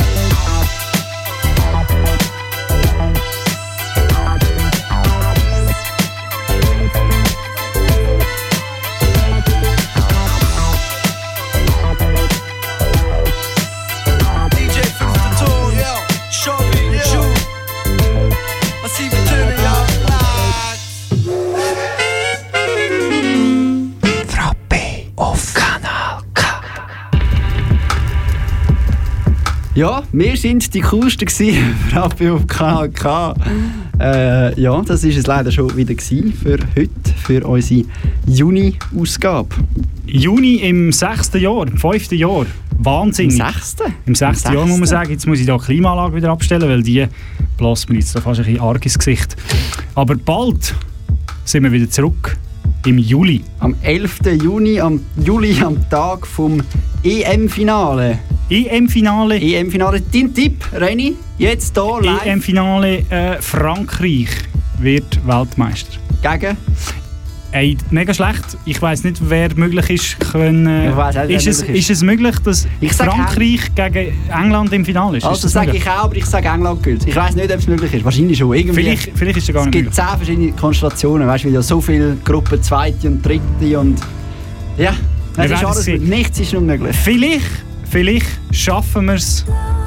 Speaker 1: Ja, wir sind die Coolsten gewesen, Rappi auf Kanal K. Äh, ja, das war es leider schon wieder gewesen für heute, für unsere Juni-Ausgabe.
Speaker 2: Juni im sechsten Jahr, im fünften Jahr. Wahnsinnig.
Speaker 1: Im sechsten?
Speaker 2: Im sechsten Jahr muss man sagen. Jetzt muss ich da die Klimaanlage wieder abstellen, weil die bläst mir jetzt da fast ein bisschen arg ins Gesicht. Aber bald sind wir wieder zurück. Im Juli.
Speaker 1: Am elften Juni, am Juli, am Tag vom E M-Finale.
Speaker 2: E M-Finale?
Speaker 1: E M-Finale. Dein Tipp, Reini, jetzt hier live.
Speaker 2: E M-Finale, äh, Frankreich wird Weltmeister.
Speaker 1: Gegen?
Speaker 2: Ey, mega schlecht. Ich weiss nicht, wer möglich ist. Können, äh,
Speaker 1: ich weiss auch,
Speaker 2: ist, es,
Speaker 1: möglich ist.
Speaker 2: ist es möglich, dass
Speaker 1: ich
Speaker 2: Frankreich gegen England im Finale ist?
Speaker 1: Also
Speaker 2: ist
Speaker 1: sage ich auch, aber ich sage England gilt. Ich weiss nicht, ob es möglich ist. Wahrscheinlich schon. Irgendwie.
Speaker 2: Vielleicht, vielleicht ist es gar nicht möglich.
Speaker 1: Es gibt zehn verschiedene Konstellationen. Weißt du, wie ja so viele Gruppen, zweite und dritte und ja, das ist alles, nichts ist unmöglich.
Speaker 2: Vielleicht, vielleicht schaffen wir es,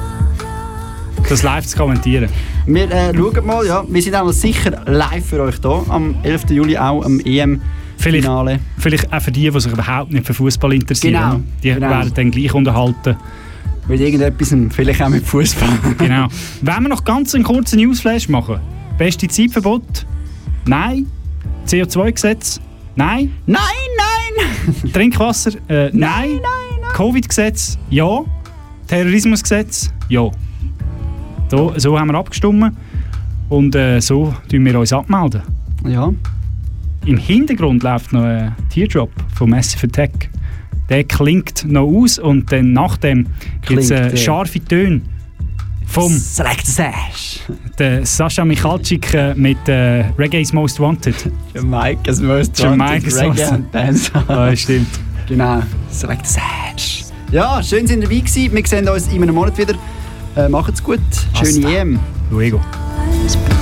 Speaker 2: das live zu kommentieren.
Speaker 1: Wir äh, schauen mal, ja. Wir sind auch sicher live für euch hier am elften Juli auch am E M-Finale.
Speaker 2: Vielleicht, vielleicht auch für die, die sich überhaupt nicht für Fußball interessieren.
Speaker 1: Genau,
Speaker 2: die
Speaker 1: genau.
Speaker 2: werden dann gleich unterhalten.
Speaker 1: Mit irgendetwas, vielleicht auch mit Fußball.
Speaker 2: Genau. Wollen wir noch ganz einen kurzen Newsflash machen? Pestizidverbot? Nein. C O zwei Gesetz? Nein.
Speaker 1: Nein, nein!
Speaker 2: Trinkwasser? Äh, nein.
Speaker 1: Nein, nein, nein.
Speaker 2: Covid-Gesetz? Ja. Terrorismusgesetz? Ja. So, so haben wir abgestimmt und äh, so tun wir uns abmelden.
Speaker 1: Ja.
Speaker 2: Im Hintergrund läuft noch ein Teardrop von Massive Attack. Der klingt noch aus und dann nach dem gibt es äh, scharfe Töne vom
Speaker 1: Select Sash.
Speaker 2: Der Sascha Michalczyk äh, mit äh, Reggae's Most Wanted.
Speaker 1: Jamaica's Most
Speaker 2: Jamaica's
Speaker 1: Wanted.
Speaker 2: Reggae
Speaker 1: and Dance.
Speaker 2: Ah, stimmt.
Speaker 1: Genau. Select Sash. Ja, schön sind ihr dabei gewesen. Wir sehen uns in einem Monat wieder. Äh, macht's gut. Schöne E M.
Speaker 2: Luego.